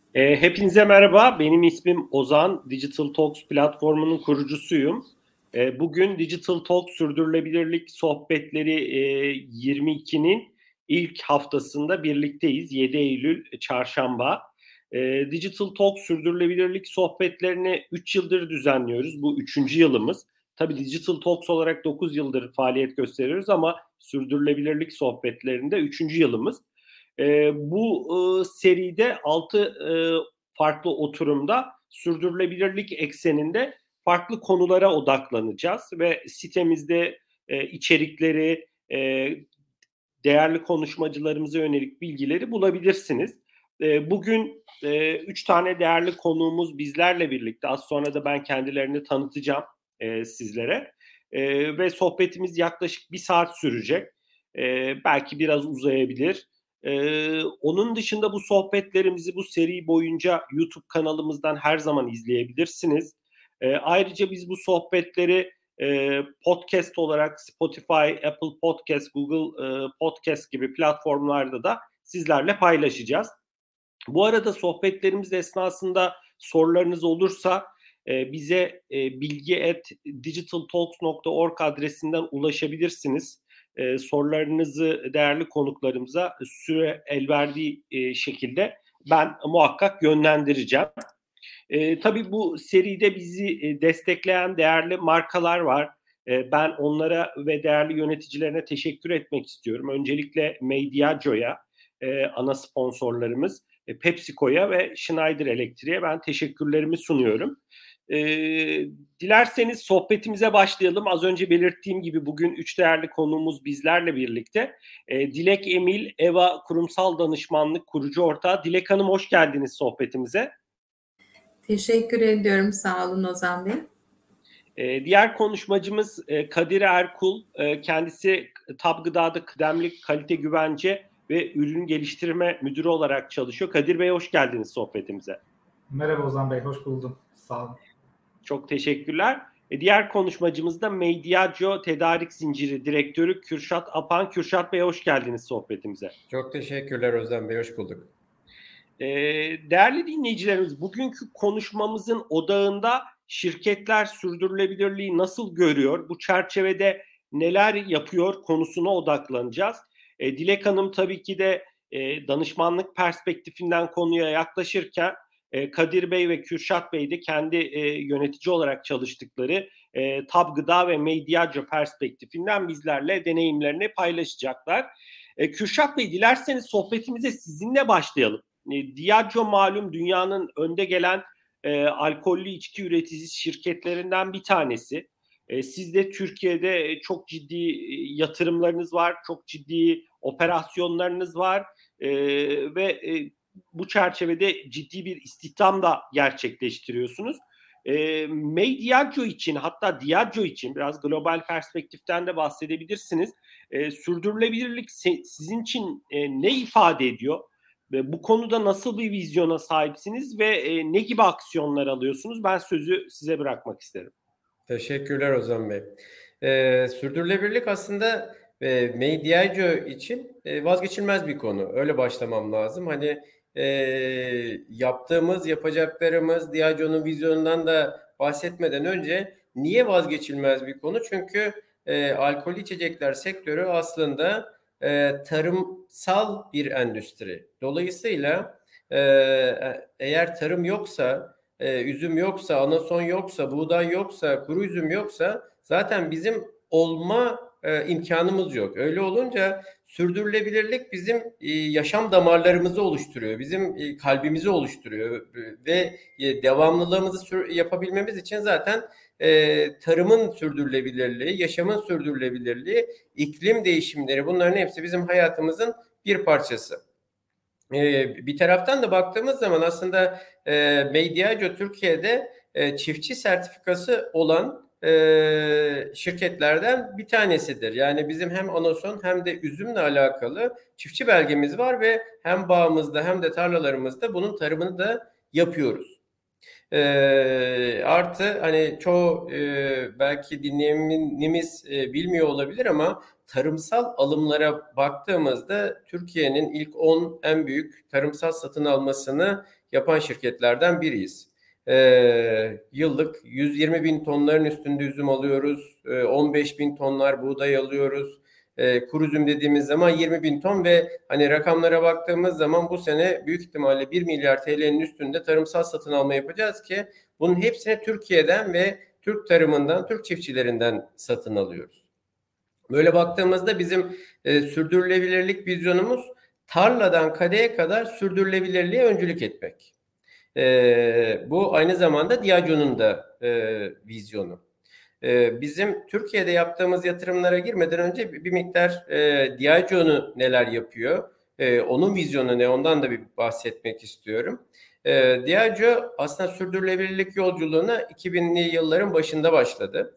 Hepinize merhaba. Benim ismim Ozan. Digital Talks platformunun kurucusuyum. Bugün Digital Talks Sürdürülebilirlik Sohbetleri 22'nin ilk haftasında birlikteyiz. 7 Eylül Çarşamba. Digital Talks Sürdürülebilirlik Sohbetlerini 3 yıldır düzenliyoruz. Bu 3. yılımız. Tabii Digital Talks olarak 9 yıldır faaliyet gösteriyoruz ama sürdürülebilirlik sohbetlerinde 3. yılımız. Bu seride 6 farklı oturumda sürdürülebilirlik ekseninde farklı konulara odaklanacağız ve sitemizde içerikleri, değerli konuşmacılarımıza yönelik bilgileri bulabilirsiniz. Bugün 3 tane değerli konuğumuz bizlerle birlikte. Az sonra da ben kendilerini tanıtacağım sizlere. Ve sohbetimiz yaklaşık 1 saat sürecek. Belki biraz uzayabilir. Onun dışında bu sohbetlerimizi bu seri boyunca YouTube kanalımızdan her zaman izleyebilirsiniz. Ayrıca biz bu sohbetleri podcast olarak Spotify, Apple Podcast, Google Podcast gibi platformlarda da sizlerle paylaşacağız. Bu arada sohbetlerimiz esnasında sorularınız olursa bize bilgi@digitaltalks.org adresinden ulaşabilirsiniz. Sorularınızı değerli konuklarımıza süre el verdiği şekilde ben muhakkak yönlendireceğim. Tabii bu seride bizi destekleyen değerli markalar var. Ben onlara ve değerli yöneticilerine teşekkür etmek istiyorum. Öncelikle Mediajo'ya, ana sponsorlarımız, PepsiCo'ya ve Schneider Electric'e ben teşekkürlerimi sunuyorum. Dilerseniz sohbetimize başlayalım. Az önce belirttiğim gibi bugün 3 değerli konuğumuz bizlerle birlikte. Dilek Emil, EVA Kurumsal Danışmanlık kurucu ortağı. Dilek Hanım hoş geldiniz sohbetimize. Teşekkür ediyorum. Sağ olun Ozan Bey. Diğer konuşmacımız Kadir Erkul. Kendisi TAB Gıda'da kıdemli kalite güvence ve ürün geliştirme müdürü olarak çalışıyor. Kadir Bey hoş geldiniz sohbetimize. Merhaba Ozan Bey, hoş buldum. Sağ olun. Çok teşekkürler. Diğer konuşmacımız da Mediajo Tedarik Zinciri Direktörü Kürşat Apan. Kürşat Bey hoş geldiniz sohbetimize. Çok teşekkürler Ozan Bey, hoş bulduk. Değerli dinleyicilerimiz, bugünkü konuşmamızın odağında şirketler sürdürülebilirliği nasıl görüyor, bu çerçevede neler yapıyor konusuna odaklanacağız. Dilek Hanım tabii ki de danışmanlık perspektifinden konuya yaklaşırken Kadir Bey ve Kürşat Bey de kendi yönetici olarak çalıştıkları TAB Gıda ve Mediajo perspektifinden bizlerle deneyimlerini paylaşacaklar. Kürşat Bey, dilerseniz sohbetimize sizinle başlayalım. Diageo malum dünyanın önde gelen alkollü içki üreticisi şirketlerinden bir tanesi. Siz de Türkiye'de çok ciddi yatırımlarınız var, çok ciddi operasyonlarınız var ve bu çerçevede ciddi bir istihdam da gerçekleştiriyorsunuz. Diageo için, hatta Diageo için biraz global perspektiften de bahsedebilirsiniz. Sürdürülebilirlik sizin için ne ifade ediyor? Ve bu konuda nasıl bir vizyona sahipsiniz ve ne gibi aksiyonlar alıyorsunuz? Ben sözü size bırakmak isterim. Teşekkürler Ozan Bey. Sürdürülebilirlik aslında Diageo için vazgeçilmez bir konu. Öyle başlamam lazım. Hani yapacaklarımız, Diageo'nun vizyonundan da bahsetmeden önce niye vazgeçilmez bir konu? Çünkü alkollü içecekler sektörü aslında tarımsal bir endüstri. Dolayısıyla eğer tarım yoksa, üzüm yoksa, anason yoksa, buğday yoksa, kuru üzüm yoksa zaten bizim olma imkanımız yok. Öyle olunca sürdürülebilirlik bizim yaşam damarlarımızı oluşturuyor, bizim kalbimizi oluşturuyor ve devamlılığımızı yapabilmemiz için zaten tarımın sürdürülebilirliği, yaşamın sürdürülebilirliği, iklim değişimleri, bunların hepsi bizim hayatımızın bir parçası. Bir taraftan da baktığımız zaman aslında Diageo Türkiye'de çiftçi sertifikası olan şirketlerden bir tanesidir. Yani bizim hem anason hem de üzümle alakalı çiftçi belgemiz var ve hem bağımızda hem de tarlalarımızda bunun tarımını da yapıyoruz. Artı hani çoğu belki dinleyenimiz bilmiyor olabilir ama tarımsal alımlara baktığımızda Türkiye'nin ilk 10 en büyük tarımsal satın almasını yapan şirketlerden biriyiz. Yıllık 120 bin tonların üstünde üzüm alıyoruz. 15 bin tonlar buğday alıyoruz. Kuru üzüm dediğimiz zaman 20 bin ton ve hani rakamlara baktığımız zaman bu sene büyük ihtimalle 1 milyar TL'nin üstünde tarımsal satın alma yapacağız ki bunun hepsini Türkiye'den ve Türk tarımından, Türk çiftçilerinden satın alıyoruz. Böyle baktığımızda bizim sürdürülebilirlik vizyonumuz tarladan kadeye kadar sürdürülebilirliğe öncülük etmek. Bu aynı zamanda Diageo'nun da vizyonu. Bizim Türkiye'de yaptığımız yatırımlara girmeden önce bir miktar Diageo neler yapıyor, onun vizyonu ne, ondan da bir bahsetmek istiyorum. Diageo aslında sürdürülebilirlik yolculuğuna 2000'li yılların başında başladı.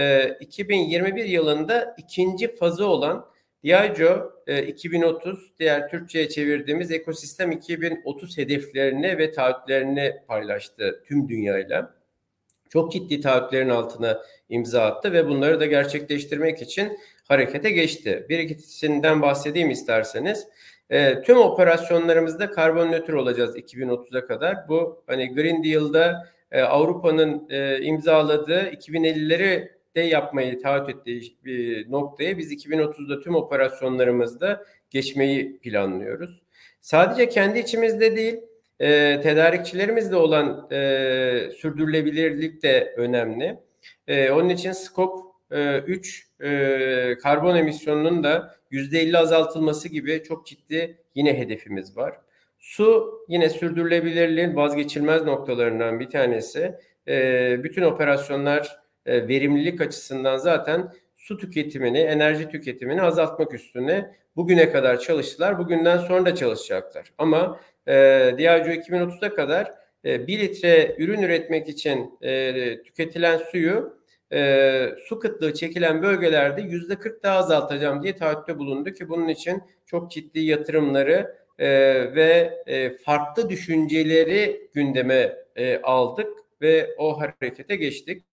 2021 yılında ikinci fazı olan Diageo 2030, diğer Türkçe'ye çevirdiğimiz Ekosistem 2030 hedeflerini ve taahhütlerini paylaştı tüm dünyayla. Çok ciddi taahhütlerin altına imza attı ve bunları da gerçekleştirmek için harekete geçti. Bir ikisinden bahsedeyim isterseniz. Tüm operasyonlarımızda karbon nötr olacağız 2030'a kadar. Bu hani Green Deal'da Avrupa'nın imzaladığı 2050'leri de yapmayı taahhüt ettiği bir noktaya biz 2030'da tüm operasyonlarımızda geçmeyi planlıyoruz. Sadece kendi içimizde değil, tedarikçilerimizle olan sürdürülebilirlik de önemli. Onun için Scope 3 karbon emisyonunun da %50 azaltılması gibi çok ciddi yine hedefimiz var. Su yine sürdürülebilirliğin vazgeçilmez noktalarından bir tanesi. Bütün operasyonlar verimlilik açısından zaten su tüketimini, enerji tüketimini azaltmak üstüne bugüne kadar çalıştılar. Bugünden sonra da çalışacaklar. Ama Diageo 2030'a kadar 1 litre ürün üretmek için tüketilen suyu su kıtlığı çekilen bölgelerde %40 daha azaltacağım diye taahhütte bulundu ki bunun için çok ciddi yatırımları ve farklı düşünceleri gündeme aldık ve o harekete geçtik.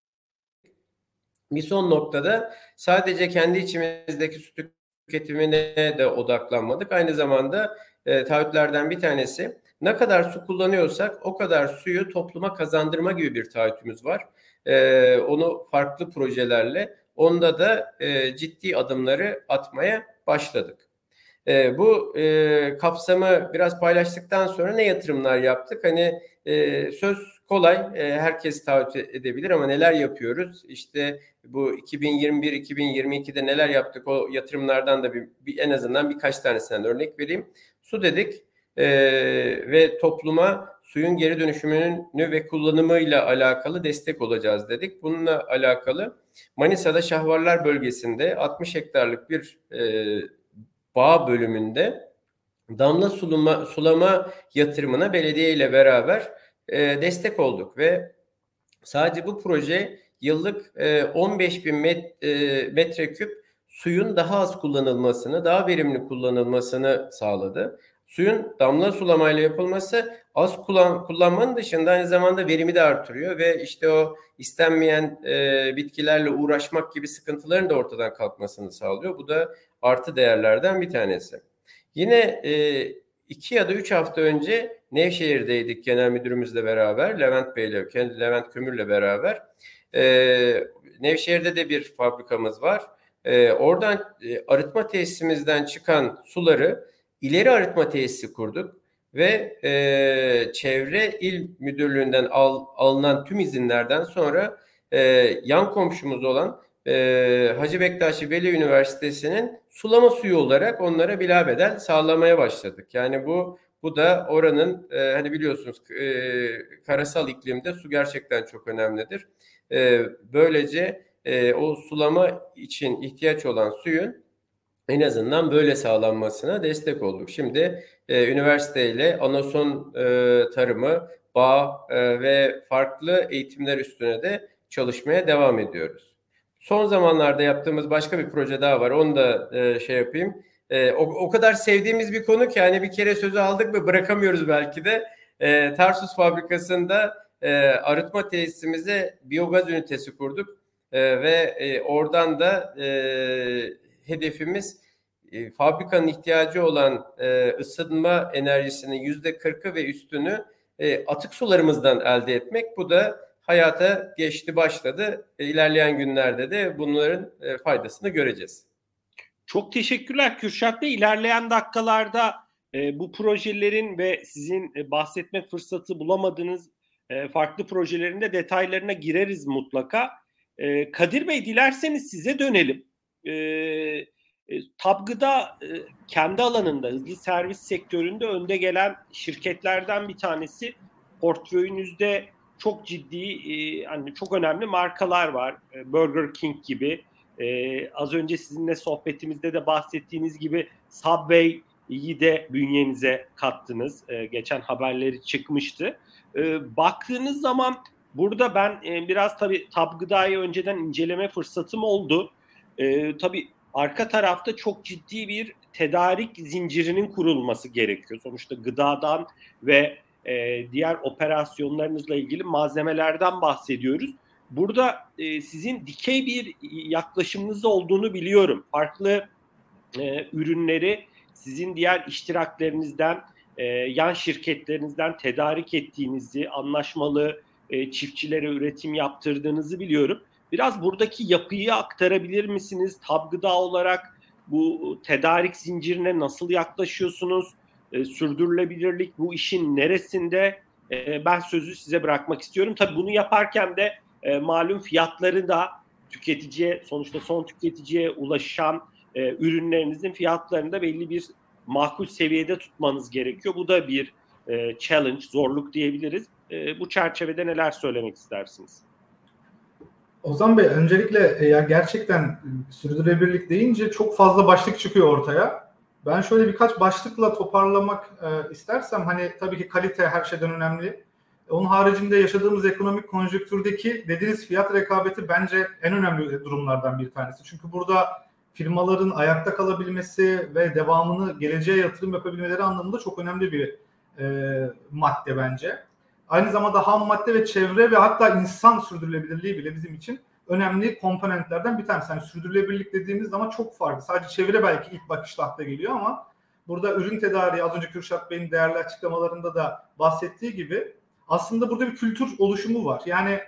Bir son noktada sadece kendi içimizdeki su tüketimine de odaklanmadık. Aynı zamanda taahhütlerden bir tanesi ne kadar su kullanıyorsak o kadar suyu topluma kazandırma gibi bir taahhütümüz var. Onu farklı projelerle onda da ciddi adımları atmaya başladık. Bu kapsamı biraz paylaştıktan sonra ne yatırımlar yaptık? Hani söz kolay, herkes taahhüt edebilir ama neler yapıyoruz? İşte bu 2021-2022'de neler yaptık? O yatırımlardan da en azından birkaç tanesinden örnek vereyim. Su dedik ve topluma suyun geri dönüşümünü ve kullanımıyla alakalı destek olacağız dedik. Bununla alakalı Manisa'da Şahvarlar bölgesinde 60 hektarlık bir bağ bölümünde damla sulama yatırımına belediye ile beraber destek olduk ve sadece bu proje yıllık 15 bin metreküp suyun daha az kullanılmasını, daha verimli kullanılmasını sağladı. Suyun damla sulamayla yapılması az kullanmanın dışında aynı zamanda verimi de artırıyor ve işte o istenmeyen bitkilerle uğraşmak gibi sıkıntıların da ortadan kalkmasını sağlıyor. Bu da artı değerlerden bir tanesi. Yine 2 ya da 3 hafta önce Nevşehir'deydik genel müdürümüzle beraber, Levent Kömür'le beraber. Nevşehir'de de bir fabrikamız var. Oradan arıtma tesisimizden çıkan suları ileri arıtma tesisi kurduk ve Çevre İl Müdürlüğü'nden alınan tüm izinlerden sonra yan komşumuz olan Hacı Bektaşi Veli Üniversitesi'nin sulama suyu olarak onlara bilabedel sağlamaya başladık. Yani bu da oranın hani biliyorsunuz karasal iklimde su gerçekten çok önemlidir. Böylece o sulama için ihtiyaç olan suyun en azından böyle sağlanmasına destek olduk. Şimdi üniversiteyle anason tarımı, bağ ve farklı eğitimler üstüne de çalışmaya devam ediyoruz. Son zamanlarda yaptığımız başka bir proje daha var. Onu da yapayım. O kadar sevdiğimiz bir konu ki hani bir kere sözü aldık mı bırakamıyoruz belki de. Tarsus fabrikasında arıtma tesisimize biyogaz ünitesi kurduk. Ve oradan da hedefimiz fabrikanın ihtiyacı olan ısınma enerjisinin %40'ı ve üstünü atık sularımızdan elde etmek. Bu da hayata geçti, başladı. İlerleyen günlerde de bunların faydasını göreceğiz. Çok teşekkürler Kürşat Bey. İlerleyen dakikalarda bu projelerin ve sizin bahsetme fırsatı bulamadığınız farklı projelerin de detaylarına gireriz mutlaka. Kadir Bey, dilerseniz size dönelim. Tabgıda kendi alanında hızlı servis sektöründe önde gelen şirketlerden bir tanesi. Portföyünüzde çok ciddi, hani çok önemli markalar var. Burger King gibi. Az önce sizinle sohbetimizde de bahsettiğiniz gibi Subway'i de bünyenize kattınız. Geçen haberleri çıkmıştı. Baktığınız zaman burada ben biraz tabii Tabgıda'yı önceden inceleme fırsatım oldu. Tabii arka tarafta çok ciddi bir tedarik zincirinin kurulması gerekiyor. Sonuçta gıdadan ve diğer operasyonlarınızla ilgili malzemelerden bahsediyoruz. Burada sizin dikey bir yaklaşımınız olduğunu biliyorum. Farklı ürünleri sizin diğer iştiraklerinizden, yan şirketlerinizden tedarik ettiğinizi, anlaşmalı çiftçilere üretim yaptırdığınızı biliyorum. Biraz buradaki yapıyı aktarabilir misiniz? Tabgıda olarak bu tedarik zincirine nasıl yaklaşıyorsunuz? Sürdürülebilirlik bu işin neresinde? Ben sözü size bırakmak istiyorum. Tabii bunu yaparken de malum fiyatları da tüketiciye, sonuçta son tüketiciye ulaşan ürünlerinizin fiyatlarını da belli bir makul seviyede tutmanız gerekiyor. Bu da bir challenge, zorluk diyebiliriz. Bu çerçevede neler söylemek istersiniz? Ozan Bey, öncelikle gerçekten sürdürülebilirlik deyince çok fazla başlık çıkıyor ortaya. Ben şöyle birkaç başlıkla toparlamak istersem, hani tabii ki kalite her şeyden önemli. Onun haricinde yaşadığımız ekonomik konjonktürdeki dediğiniz fiyat rekabeti bence en önemli durumlardan bir tanesi. Çünkü burada firmaların ayakta kalabilmesi ve devamını geleceğe yatırım yapabilmeleri anlamında çok önemli bir madde bence. Aynı zamanda ham madde ve çevre ve hatta insan sürdürülebilirliği bile bizim için önemli komponentlerden bir tanesi. Yani sürdürülebilirlik dediğimiz zaman çok farklı. Sadece çevre belki ilk bakışta akla geliyor ama burada ürün tedariği, az önce Kürşat Bey'in değerli açıklamalarında da bahsettiği gibi aslında burada bir kültür oluşumu var. Yani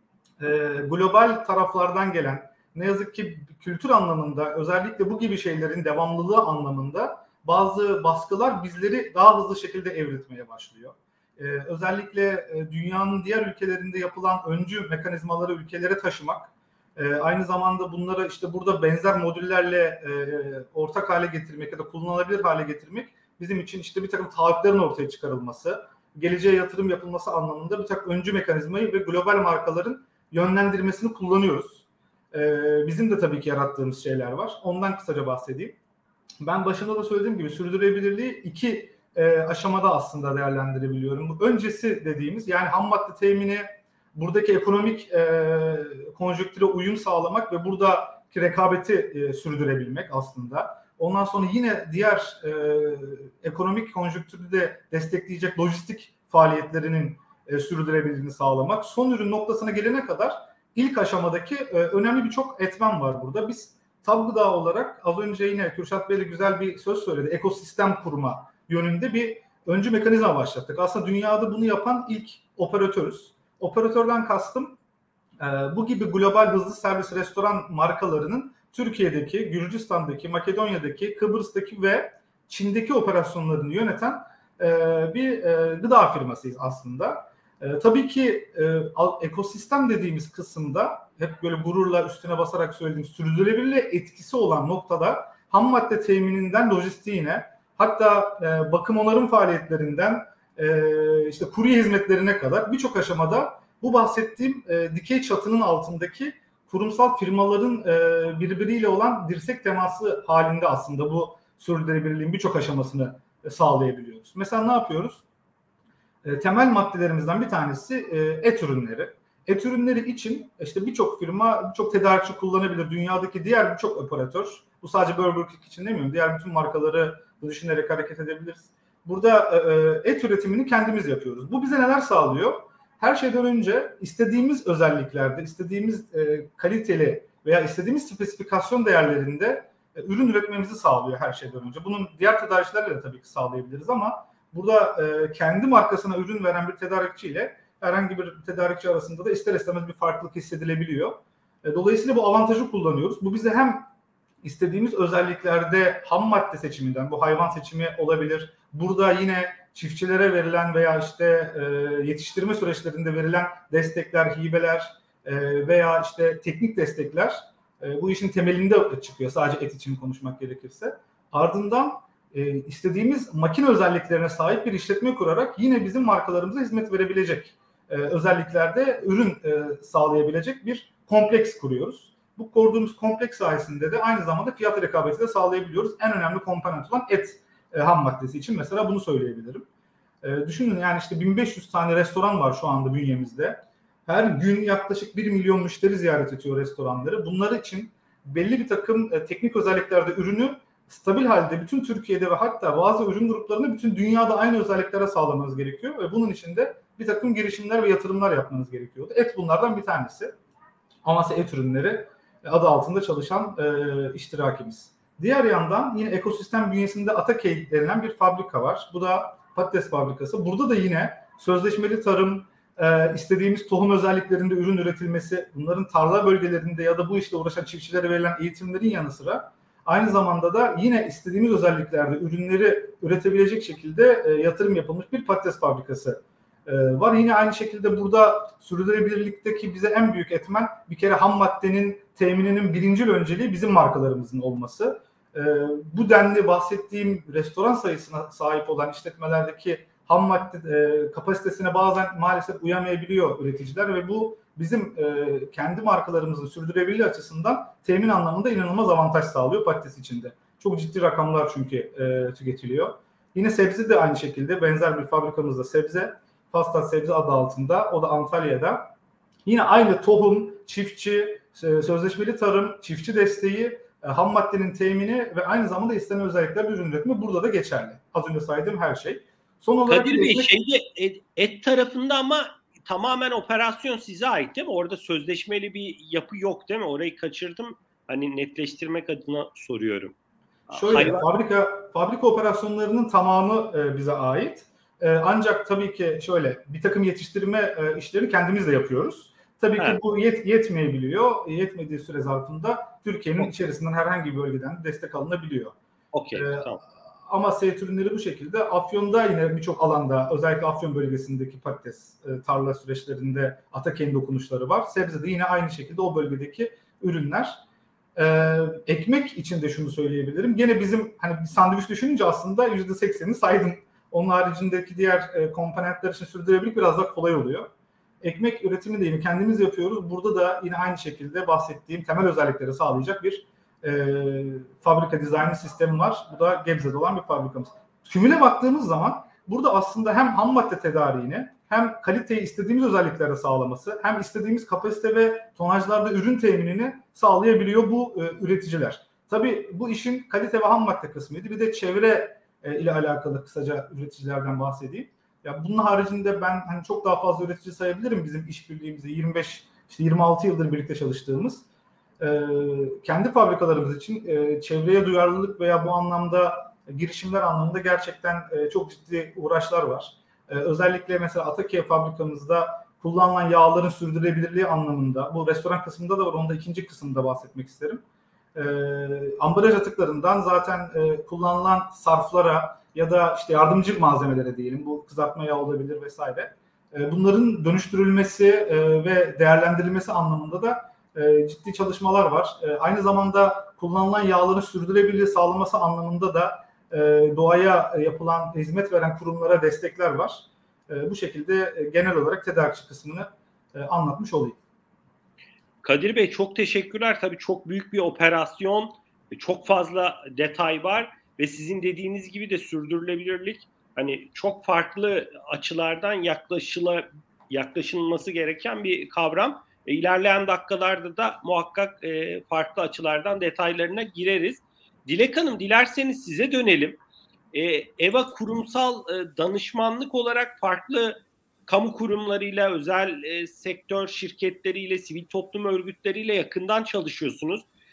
global taraflardan gelen, ne yazık ki kültür anlamında, özellikle bu gibi şeylerin devamlılığı anlamında bazı baskılar bizleri daha hızlı şekilde evritmeye başlıyor. Özellikle dünyanın diğer ülkelerinde yapılan öncü mekanizmaları ülkelere taşımak, aynı zamanda bunları işte burada benzer modüllerle ortak hale getirmek ya da kullanılabilir hale getirmek bizim için işte bir takım taahhütlerin ortaya çıkarılması, geleceğe yatırım yapılması anlamında bir takım öncü mekanizmayı ve global markaların yönlendirmesini kullanıyoruz. Bizim de tabii ki yarattığımız şeyler var. Ondan kısaca bahsedeyim. Ben başında da söylediğim gibi sürdürülebilirliği iki aşamada aslında değerlendirebiliyorum. Bu öncesi dediğimiz, yani ham madde temini, buradaki ekonomik konjonktüre uyum sağlamak ve buradaki rekabeti sürdürebilmek aslında. Ondan sonra yine diğer ekonomik konjonktürü de destekleyecek lojistik faaliyetlerinin sürdürülebilirliğini sağlamak. Son ürün noktasına gelene kadar ilk aşamadaki önemli birçok etmen var burada. Biz Tabgıda olarak az önce yine Kürşat Bey'le güzel bir söz söyledi. Ekosistem kurma yönünde bir öncü mekanizma başlattık. Aslında dünyada bunu yapan ilk operatörüz. Operatörden kastım bu gibi global hızlı servis restoran markalarının Türkiye'deki, Gürcistan'daki, Makedonya'daki, Kıbrıs'taki ve Çin'deki operasyonlarını yöneten bir gıda firmasıyız aslında. Tabii ki ekosistem dediğimiz kısımda hep böyle gururla üstüne basarak söylediğim sürdürülebilirliğe etkisi olan noktada ham madde temininden lojistiğine, hatta bakım onarım faaliyetlerinden işte kurye hizmetlerine kadar birçok aşamada bu bahsettiğim dikey çatının altındaki kurumsal firmaların birbiriyle olan dirsek teması halinde aslında bu sürdürülebilirliğin birçok aşamasını sağlayabiliyoruz. Mesela ne yapıyoruz? Temel maddelerimizden bir tanesi et ürünleri. Et ürünleri için işte birçok firma, birçok tedarikçi kullanabilir. Dünyadaki diğer birçok operatör, bu sadece Burger King için demiyorum, diğer bütün markaları düşünerek hareket edebiliriz. Burada et üretimini kendimiz yapıyoruz. Bu bize neler sağlıyor? Her şeyden önce istediğimiz özelliklerde, istediğimiz kaliteli veya istediğimiz spesifikasyon değerlerinde ürün üretmemizi sağlıyor her şeyden önce. Bunun diğer tedarikçilerle de tabii ki sağlayabiliriz ama burada kendi markasına ürün veren bir tedarikçi ile herhangi bir tedarikçi arasında da ister istemez bir farklılık hissedilebiliyor. Dolayısıyla bu avantajı kullanıyoruz. Bu bize hem istediğimiz özelliklerde ham madde seçiminden, bu hayvan seçimi olabilir. Burada yine çiftçilere verilen veya işte yetiştirme süreçlerinde verilen destekler, hibeler veya işte teknik destekler bu işin temelinde çıkıyor. Sadece et için konuşmak gerekirse. Ardından istediğimiz makine özelliklerine sahip bir işletme kurarak yine bizim markalarımıza hizmet verebilecek özelliklerde ürün sağlayabilecek bir kompleks kuruyoruz. Bu kurduğumuz kompleks sayesinde de aynı zamanda fiyat rekabeti de sağlayabiliyoruz. En önemli komponent olan et ham maddesi için mesela bunu söyleyebilirim. Düşünün yani işte 1500 tane restoran var şu anda bünyemizde. Her gün yaklaşık 1 milyon müşteri ziyaret ediyor restoranları. Bunlar için belli bir takım teknik özelliklerde ürünü stabil halde bütün Türkiye'de ve hatta bazı ürün gruplarını bütün dünyada aynı özelliklere sağlamanız gerekiyor. Ve bunun için de bir takım girişimler ve yatırımlar yapmanız gerekiyordu. Et bunlardan bir tanesi. Amasya Et Ürünleri adı altında çalışan iştirakimiz. Diğer yandan yine ekosistem bünyesinde Atakey denilen bir fabrika var. Bu da patates fabrikası. Burada da yine sözleşmeli tarım, istediğimiz tohum özelliklerinde ürün üretilmesi, bunların tarla bölgelerinde ya da bu işle uğraşan çiftçilere verilen eğitimlerin yanı sıra aynı zamanda da yine istediğimiz özelliklerde ürünleri üretebilecek şekilde yatırım yapılmış bir patates fabrikası var. Yine aynı şekilde burada sürdürülebilirlikteki bize en büyük etmen bir kere ham maddenin temininin birincil önceliği bizim markalarımızın olması. Bu denli bahsettiğim restoran sayısına sahip olan işletmelerdeki ham madde kapasitesine bazen maalesef uyamayabiliyor üreticiler ve bu bizim kendi markalarımızın sürdürülebilirliği açısından temin anlamında inanılmaz avantaj sağlıyor patates içinde. Çok ciddi rakamlar çünkü tüketiliyor. Yine sebze de aynı şekilde benzer bir fabrikamızda sebze, Fastat Sebze adı altında. O da Antalya'da. Yine aynı tohum, çiftçi, sözleşmeli tarım, çiftçi desteği, ham maddenin temini ve aynı zamanda istenen özellikler ürün üretimi burada da geçerli. Az önce saydığım her şey. Son olarak Kadir Bey et tarafında ama tamamen operasyon size ait değil mi? Orada sözleşmeli bir yapı yok değil mi? Orayı kaçırdım. Hani netleştirmek adına soruyorum. Şöyle fabrika operasyonlarının tamamı bize ait. Ancak tabii ki şöyle bir takım yetiştirme işlerini kendimiz de yapıyoruz. Tabii ki bu yetmeyebiliyor. Yetmediği süre zarfında Türkiye'nin içerisinden herhangi bir bölgeden destek alınabiliyor. Tamam. Amasya Et Ürünleri bu şekilde. Afyon'da yine birçok alanda özellikle Afyon bölgesindeki patates tarla süreçlerinde Atakey'in dokunuşları var. Sebze de yine aynı şekilde o bölgedeki ürünler. Ekmek için de şunu söyleyebilirim. Gene bizim hani bir sandviç düşününce aslında %80'ini saydım. Onun haricindeki diğer komponentler için sürdürülebilirlik biraz daha kolay oluyor. Ekmek üretimi de yine kendimiz yapıyoruz. Burada da yine aynı şekilde bahsettiğim temel özellikleri sağlayacak bir fabrika dizaynı sistemi var. Bu da Gebze'de olan bir fabrikamız. Tümüne baktığımız zaman burada aslında hem ham madde tedariğini hem kaliteyi istediğimiz özelliklere sağlaması hem istediğimiz kapasite ve tonajlarda ürün teminini sağlayabiliyor bu üreticiler. Tabii bu işin kalite ve ham madde kısmıydı. Bir de çevre ile alakalı kısaca üreticilerden bahsedeyim. Ya bunun haricinde ben hani çok daha fazla üretici sayabilirim bizim işbirliğimizde 26 yıldır birlikte çalıştığımız. Kendi fabrikalarımız için çevreye duyarlılık veya bu anlamda girişimler anlamında gerçekten çok ciddi uğraşlar var. Özellikle mesela Atakey fabrikamızda kullanılan yağların sürdürülebilirliği anlamında, bu restoran kısmında da var, onu da ikinci kısımda bahsetmek isterim. Ambalaj atıklarından zaten kullanılan sarflara ya da işte yardımcı malzemelere diyelim, bu kızartma yağı olabilir vesaire. Bunların dönüştürülmesi ve değerlendirilmesi anlamında da ciddi çalışmalar var. Aynı zamanda kullanılan yağların sürdürülebilirliği sağlaması anlamında da doğaya yapılan, hizmet veren kurumlara destekler var. Bu şekilde genel olarak tedarikçi kısmını anlatmış olayım. Kadir Bey çok teşekkürler. Tabii çok büyük bir operasyon, çok fazla detay var ve sizin dediğiniz gibi de sürdürülebilirlik hani çok farklı açılardan yaklaşılması gereken bir kavram. İlerleyen dakikalarda da muhakkak farklı açılardan detaylarına gireriz. Dilek Hanım, dilerseniz size dönelim. EVA kurumsal danışmanlık olarak farklı kamu kurumlarıyla, özel sektör şirketleriyle, sivil toplum örgütleriyle yakından çalışıyorsunuz.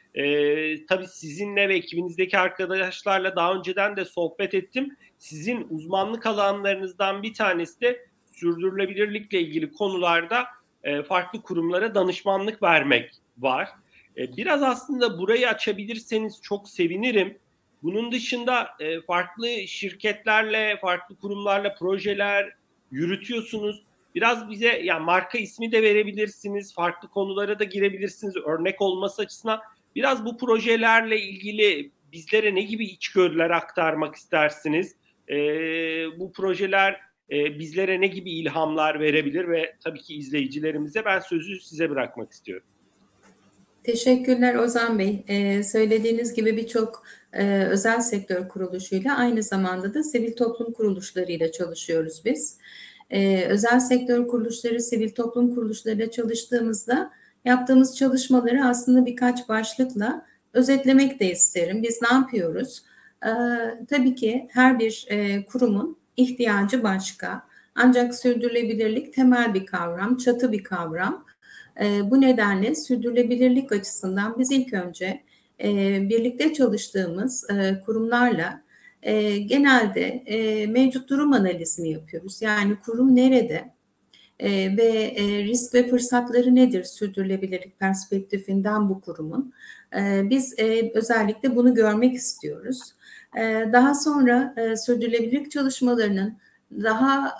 Tabii sizinle ve ekibinizdeki arkadaşlarla daha önceden de sohbet ettim. Sizin uzmanlık alanlarınızdan bir tanesi de sürdürülebilirlikle ilgili konularda farklı kurumlara danışmanlık vermek var. Biraz aslında burayı açabilirseniz çok sevinirim. Bunun dışında farklı şirketlerle, farklı kurumlarla projeler yürütüyorsunuz. Biraz bize, yani marka ismi de verebilirsiniz, farklı konulara da girebilirsiniz örnek olması açısından. Biraz bu projelerle ilgili bizlere ne gibi içgörüler aktarmak istersiniz? Bu projeler bizlere ne gibi ilhamlar verebilir ve tabii ki izleyicilerimize, ben sözü size bırakmak istiyorum. Teşekkürler Ozan Bey. Söylediğiniz gibi birçok özel sektör kuruluşuyla aynı zamanda da sivil toplum kuruluşlarıyla çalışıyoruz biz. Özel sektör kuruluşları, sivil toplum kuruluşlarıyla çalıştığımızda yaptığımız çalışmaları aslında birkaç başlıkla özetlemek de isterim. Biz ne yapıyoruz? Tabii ki her bir kurumun ihtiyacı başka. Ancak sürdürülebilirlik temel bir kavram, çatı bir kavram. Bu nedenle sürdürülebilirlik açısından biz ilk önce birlikte çalıştığımız kurumlarla genelde mevcut durum analizini yapıyoruz. Yani kurum nerede ve risk ve fırsatları nedir sürdürülebilirlik perspektifinden bu kurumun? Biz özellikle bunu görmek istiyoruz. Daha sonra sürdürülebilirlik çalışmalarının daha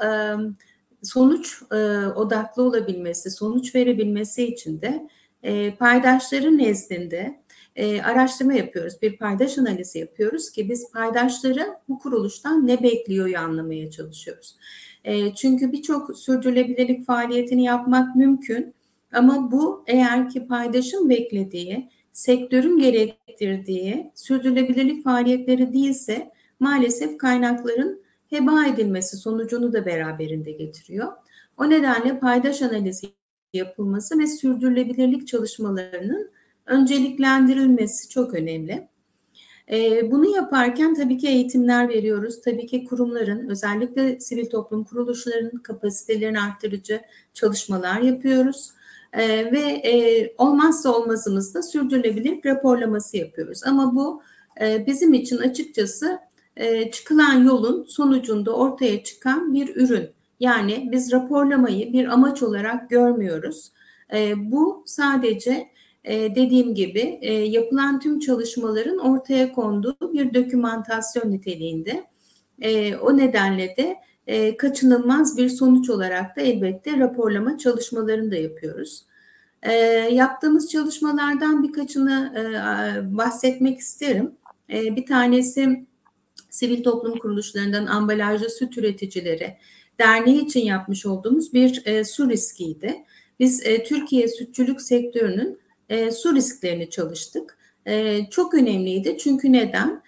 sonuç odaklı olabilmesi, sonuç verebilmesi için de paydaşların nezdinde araştırma yapıyoruz. Bir paydaş analizi yapıyoruz ki biz paydaşların bu kuruluştan ne bekliyor anlamaya çalışıyoruz. Çünkü birçok sürdürülebilirlik faaliyetini yapmak mümkün ama bu eğer ki paydaşın beklediği, sektörün gerektirdiği sürdürülebilirlik faaliyetleri değilse maalesef kaynakların heba edilmesi sonucunu da beraberinde getiriyor. O nedenle paydaş analizi yapılması ve sürdürülebilirlik çalışmalarının önceliklendirilmesi çok önemli. Bunu yaparken tabii ki eğitimler veriyoruz. Tabii ki kurumların, özellikle sivil toplum kuruluşlarının kapasitelerini arttırıcı çalışmalar yapıyoruz. Ve olmazsa olmazımız da sürdürülebilirlik raporlaması yapıyoruz. Ama bu bizim için açıkçası çıkılan yolun sonucunda ortaya çıkan bir ürün. Yani biz raporlamayı bir amaç olarak görmüyoruz. Bu sadece dediğim gibi yapılan tüm çalışmaların ortaya konduğu bir dokümantasyon niteliğinde. O nedenle de kaçınılmaz bir sonuç olarak da elbette raporlama çalışmalarını da yapıyoruz. Yaptığımız çalışmalardan birkaçını bahsetmek isterim. Bir tanesi sivil toplum kuruluşlarından Ambalajlı Süt Üreticileri Derneği için yapmış olduğumuz bir su riskiydi. Biz Türkiye sütçülük sektörünün su risklerini çalıştık. Çok önemliydi çünkü neden?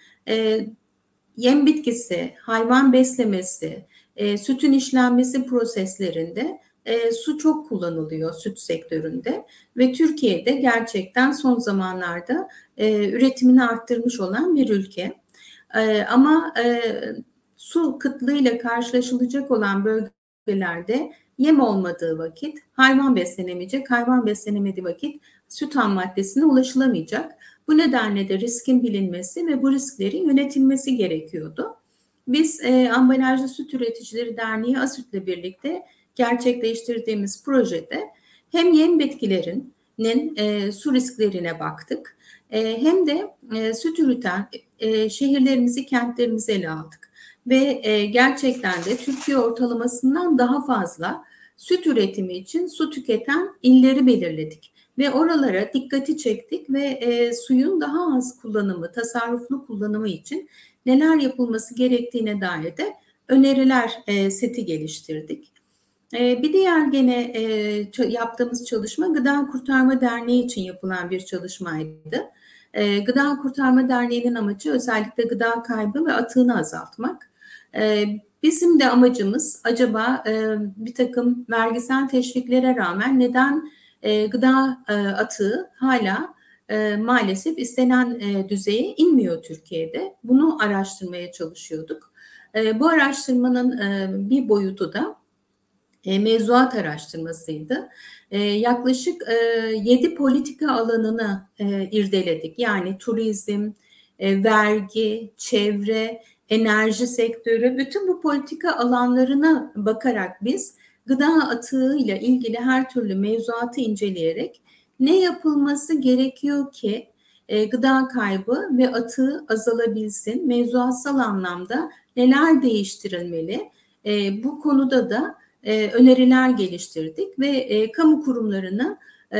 Yem bitkisi, hayvan beslemesi, sütün işlenmesi proseslerinde su çok kullanılıyor süt sektöründe ve Türkiye'de gerçekten son zamanlarda üretimini arttırmış olan bir ülke. Ama su kıtlığıyla karşılaşılacak olan bölgelerde yem olmadığı vakit hayvan beslenemeyecek, hayvan beslenemediği vakit süt ham maddesine ulaşılamayacak. Bu nedenle de riskin bilinmesi ve bu risklerin yönetilmesi gerekiyordu. Biz Ambalajlı Süt Üreticileri Derneği ASÜT'le birlikte gerçekleştirdiğimiz projede hem yem bitkilerinin su risklerine baktık hem de süt üreten şehirlerimizi, kentlerimizi ele aldık. Ve gerçekten de Türkiye ortalamasından daha fazla süt üretimi için su tüketen illeri belirledik. Ve oralara dikkati çektik ve suyun daha az kullanımı, tasarruflu kullanımı için neler yapılması gerektiğine dair de öneriler seti geliştirdik. Bir diğer gene yaptığımız çalışma Gıda Kurtarma Derneği için yapılan bir çalışmaydı. Gıda Kurtarma Derneği'nin amacı özellikle gıda kaybı ve atığını azaltmak. Bizim de amacımız acaba bir takım vergisel teşviklere rağmen neden gıda atığı hala maalesef istenen düzeye inmiyor Türkiye'de? Bunu araştırmaya çalışıyorduk. Bu araştırmanın bir boyutu da mevzuat araştırmasıydı. Yaklaşık 7 politika alanını irdeledik. Yani turizm, vergi, çevre, enerji sektörü, bütün bu politika alanlarına bakarak biz gıda atığıyla ilgili her türlü mevzuatı inceleyerek ne yapılması gerekiyor ki gıda kaybı ve atığı azalabilsin, mevzuatsal anlamda neler değiştirilmeli, bu konuda da öneriler geliştirdik ve kamu kurumlarına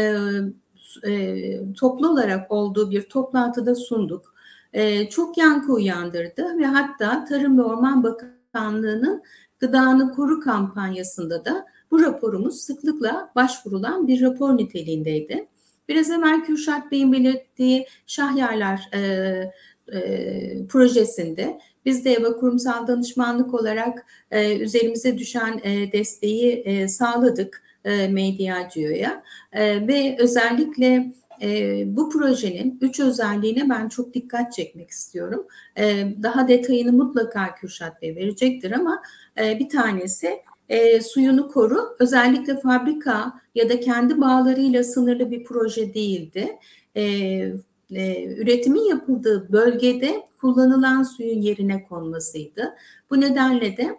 toplu olarak olduğu bir toplantıda sunduk. Çok yankı uyandırdı ve hatta Tarım ve Orman Bakanlığı'nın Gıdanı Koru kampanyasında da bu raporumuz sıklıkla başvurulan bir rapor niteliğindeydi. Biraz evvel Kürşat Bey'in belirttiği Şahyarlar projesinde biz de EVA kurumsal danışmanlık olarak üzerimize düşen desteği sağladık Medyacı'ya ve özellikle bu projenin 3 özelliğine ben çok dikkat çekmek istiyorum. Daha detayını mutlaka Kürşat Bey verecektir ama bir tanesi suyunu koru. Özellikle fabrika ya da kendi bağlarıyla sınırlı bir proje değildi. Üretimin yapıldığı bölgede kullanılan suyun yerine konmasıydı. Bu nedenle de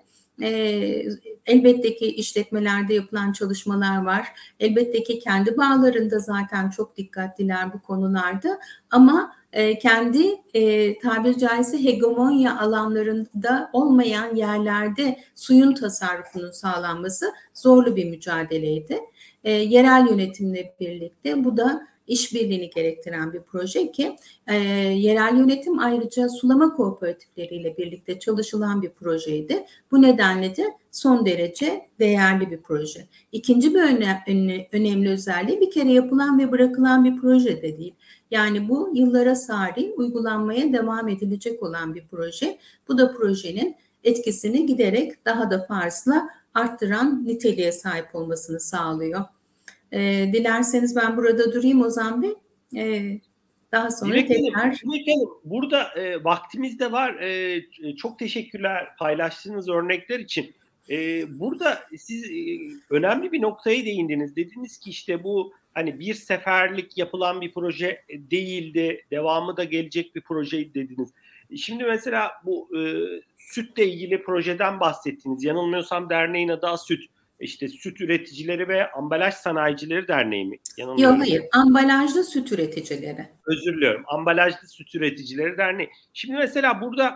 elbette ki işletmelerde yapılan çalışmalar var. Elbette ki kendi bağlarında zaten çok dikkatliler bu konularda. Ama kendi tabiri caizse hegemonya alanlarında olmayan yerlerde suyun tasarrufunun sağlanması zorlu bir mücadeleydi. Yerel yönetimle birlikte bu da işbirliğini gerektiren bir proje ki yerel yönetim ayrıca sulama kooperatifleriyle birlikte çalışılan bir projeydi. Bu nedenle de son derece değerli bir proje. İkinci bir önemli özelliği bir kere yapılan ve bırakılan bir proje de değil. Yani bu yıllara sari uygulanmaya devam edilecek olan bir proje. Bu da projenin etkisini giderek daha da fazla arttıran niteliğe sahip olmasını sağlıyor. Dilerseniz ben burada durayım Ozan Bey. Daha sonra Dilek tekrar. Hanım, burada vaktimiz de var. Çok teşekkürler paylaştığınız örnekler için. Burada siz önemli bir noktaya değindiniz. Dediniz ki işte bu hani bir seferlik yapılan bir proje değildi. Devamı da gelecek bir projeydi dediniz. Şimdi mesela bu sütle ilgili projeden bahsettiniz. Yanılmıyorsam derneğin adı ASÜT. İşte Süt Üreticileri ve Ambalaj Sanayicileri Derneği mi? Yok hayır, ambalajlı süt üreticileri. Özür diliyorum. Ambalajlı Süt Üreticileri Derneği. Şimdi mesela burada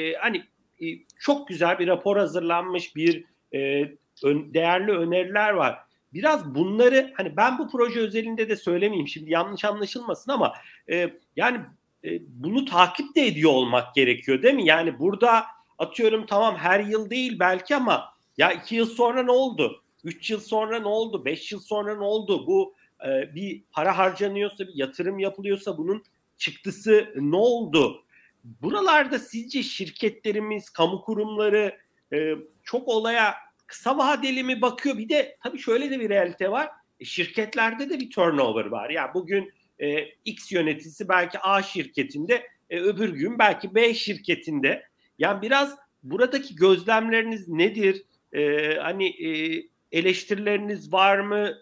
çok güzel bir rapor hazırlanmış, bir değerli öneriler var. Biraz bunları hani ben bu proje özelinde de söylemeyeyim şimdi yanlış anlaşılmasın ama yani bunu takip de ediyor olmak gerekiyor değil mi? Yani burada atıyorum tamam her yıl değil belki ama ya 2 yıl sonra ne oldu? 3 yıl sonra ne oldu? 5 yıl sonra ne oldu? Bu bir para harcanıyorsa, bir yatırım yapılıyorsa bunun çıktısı ne oldu? Buralarda sizce şirketlerimiz, kamu kurumları çok olaya kısa vadeli mi bakıyor? Bir de tabii şöyle de bir realite var. Şirketlerde de bir turnover var. Yani bugün X yöneticisi belki A şirketinde, öbür gün belki B şirketinde. Yani biraz buradaki gözlemleriniz nedir? Hani eleştirileriniz var mı?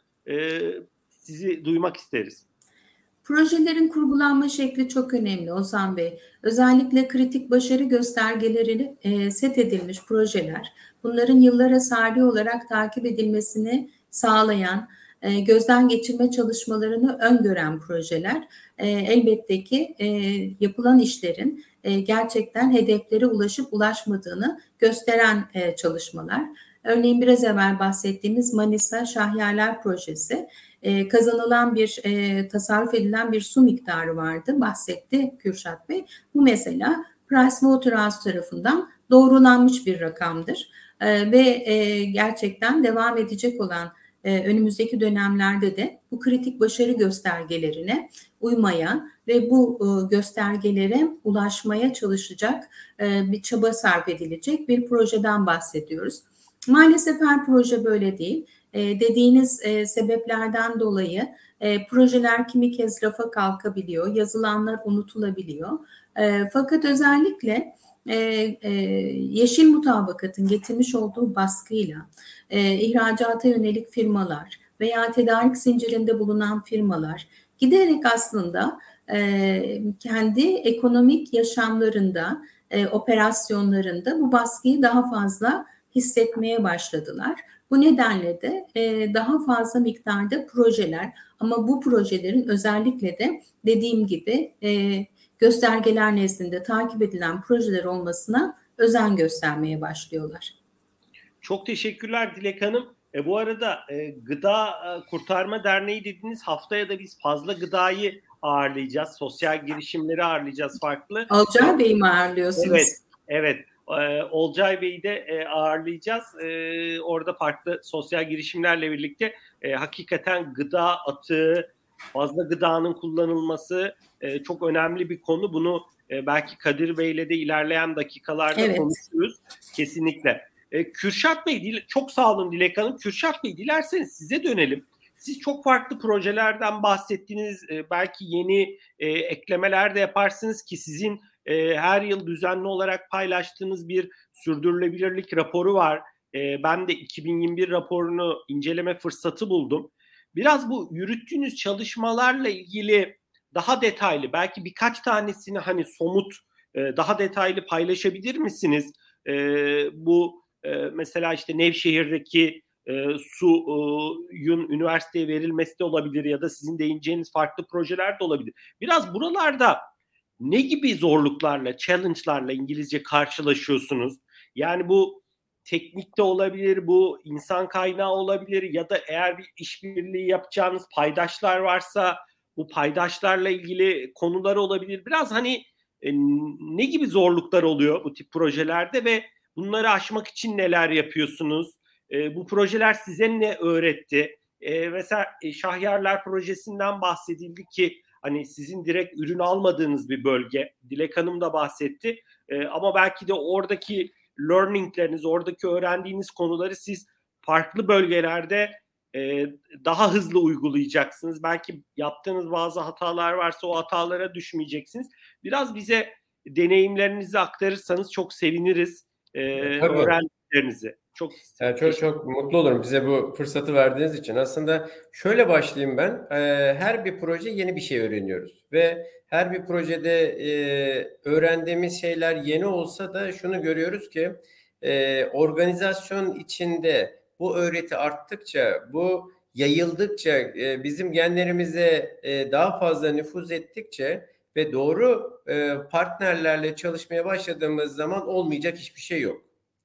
Sizi duymak isteriz. Projelerin kurgulanma şekli çok önemli Ozan Bey. Özellikle kritik başarı göstergeleri set edilmiş projeler, bunların yıllara sari olarak takip edilmesini sağlayan, gözden geçirme çalışmalarını öngören projeler, elbette ki yapılan işlerin gerçekten hedeflere ulaşıp ulaşmadığını gösteren çalışmalar. Örneğin biraz evvel bahsettiğimiz Manisa Şahyarlar projesi, kazanılan bir tasarruf edilen bir su miktarı vardı, bahsetti Kürşat Bey. Bu mesela Pricewaterhouse tarafından doğrulanmış bir rakamdır ve gerçekten devam edecek olan önümüzdeki dönemlerde de bu kritik başarı göstergelerine uymaya ve bu göstergelere ulaşmaya çalışacak bir çaba sarf edilecek bir projeden bahsediyoruz. Maalesef her proje böyle değil. Dediğiniz sebeplerden dolayı projeler kimi kez rafa kalkabiliyor, yazılanlar unutulabiliyor. Fakat özellikle yeşil mutabakatın getirmiş olduğu baskıyla ihracata yönelik firmalar veya tedarik zincirinde bulunan firmalar giderek aslında kendi ekonomik yaşamlarında, operasyonlarında bu baskıyı daha fazla hissetmeye başladılar. Bu nedenle de daha fazla miktarda projeler, ama bu projelerin özellikle de dediğim gibi göstergeler nezdinde takip edilen projeler olmasına özen göstermeye başlıyorlar. Çok teşekkürler Dilek Hanım. Bu arada Gıda Kurtarma Derneği dediğiniz, haftaya da biz fazla gıdayı ağırlayacağız. Sosyal girişimleri ağırlayacağız farklı. Olcay Bey'i mi ağırlıyorsunuz? Evet. Olcay Bey'i de ağırlayacağız. Orada farklı sosyal girişimlerle birlikte hakikaten gıda atığı, fazla gıdanın kullanılması çok önemli bir konu. Bunu belki Kadir Bey'le de ilerleyen dakikalarda konuşuruz. Kesinlikle. Kürşat Bey, çok sağ olun Dilek Hanım. Kürşat Bey, dilerseniz size dönelim. Siz çok farklı projelerden bahsettiniz. Belki yeni eklemeler de yaparsınız ki sizin her yıl düzenli olarak paylaştığınız bir sürdürülebilirlik raporu var. Ben de 2021 raporunu inceleme fırsatı buldum. Biraz bu yürüttüğünüz çalışmalarla ilgili daha detaylı, belki birkaç tanesini hani somut daha detaylı paylaşabilir misiniz? Bu mesela işte Nevşehir'deki suyun üniversiteye verilmesi de olabilir ya da sizin değineceğiniz farklı projeler de olabilir. Biraz buralarda ne gibi zorluklarla, challenge'larla İngilizce karşılaşıyorsunuz? Yani bu teknik de olabilir, bu insan kaynağı olabilir ya da eğer bir işbirliği yapacağınız paydaşlar varsa bu paydaşlarla ilgili konular olabilir. Biraz hani ne gibi zorluklar oluyor bu tip projelerde ve bunları aşmak için neler yapıyorsunuz? Bu projeler size ne öğretti? Mesela Şahyarlar projesinden bahsedildi ki hani sizin direkt ürün almadığınız bir bölge. Dilek Hanım da bahsetti. Ama belki de oradaki learningleriniz, oradaki öğrendiğiniz konuları siz farklı bölgelerde daha hızlı uygulayacaksınız. Belki yaptığınız bazı hatalar varsa o hatalara düşmeyeceksiniz. Biraz bize deneyimlerinizi aktarırsanız çok seviniriz. Öğrendiklerinizi. Çok mutlu olurum bize bu fırsatı verdiğiniz için. Aslında şöyle başlayayım ben. Her bir proje yeni bir şey öğreniyoruz ve her bir projede öğrendiğimiz şeyler yeni olsa da şunu görüyoruz ki organizasyon içinde bu öğreti arttıkça, bu yayıldıkça, bizim genlerimize daha fazla nüfuz ettikçe ve doğru partnerlerle çalışmaya başladığımız zaman olmayacak hiçbir şey yok.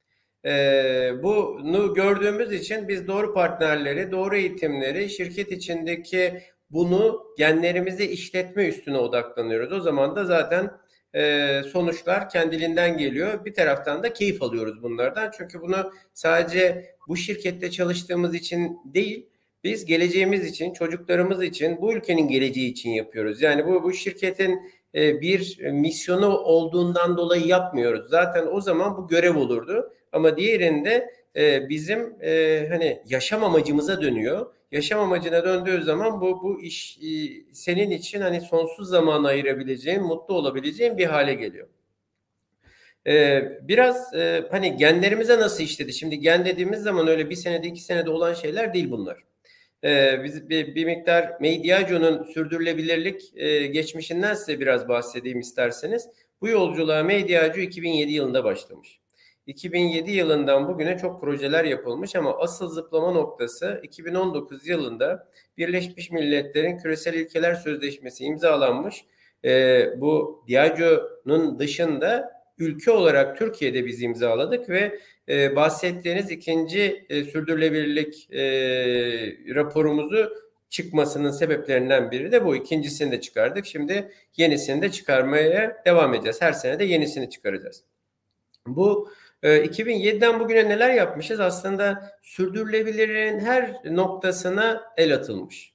Bunu gördüğümüz için biz doğru partnerleri, doğru eğitimleri, şirket içindeki bunu genlerimize işletme üstüne odaklanıyoruz. O zaman da zaten sonuçlar kendiliğinden geliyor. Bir taraftan da keyif alıyoruz bunlardan. Çünkü bunu sadece bu şirkette çalıştığımız için değil, biz geleceğimiz için, çocuklarımız için, bu ülkenin geleceği için yapıyoruz. Yani bu şirketin bir misyonu olduğundan dolayı yapmıyoruz. Zaten o zaman bu görev olurdu. Ama diğerinde bizim hani yaşam amacımıza dönüyor. Yaşam amacına döndüğü zaman bu iş senin için hani sonsuz zaman ayırabileceğin, mutlu olabileceğin bir hale geliyor. Biraz hani genlerimize nasıl işledi? Şimdi gen dediğimiz zaman öyle bir senede 2 senede olan şeyler değil bunlar. Biz bir miktar Mediajo'nun sürdürülebilirlik geçmişinden size biraz bahsedeyim isterseniz. Bu yolculuğa Mediajo 2007 yılında başlamış. 2007 yılından bugüne çok projeler yapılmış ama asıl zıplama noktası 2019 yılında Birleşmiş Milletler'in Küresel İlkeler Sözleşmesi imzalanmış. Bu Diageo'nun dışında ülke olarak Türkiye'de biz imzaladık ve bahsettiğiniz ikinci sürdürülebilirlik raporumuzu çıkmasının sebeplerinden biri de bu. İkincisini de çıkardık. Şimdi yenisini de çıkarmaya devam edeceğiz. Her sene de yenisini çıkaracağız. Bu 2007'den bugüne neler yapmışız? Aslında sürdürülebilirliğin her noktasına el atılmış.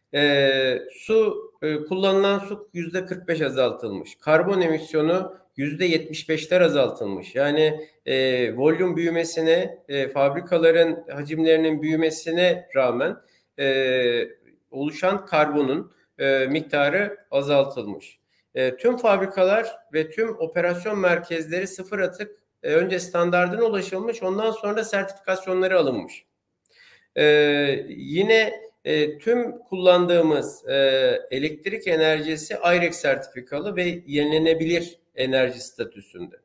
Kullanılan su %45 azaltılmış. Karbon emisyonu %75'ler azaltılmış. Yani volüm büyümesine, fabrikaların hacimlerinin büyümesine rağmen oluşan karbonun miktarı azaltılmış. Tüm fabrikalar ve tüm operasyon merkezleri sıfır atık önce standardına ulaşılmış, ondan sonra sertifikasyonları alınmış. Yine tüm kullandığımız elektrik enerjisi I-REC sertifikalı ve yenilenebilir enerji statüsünde.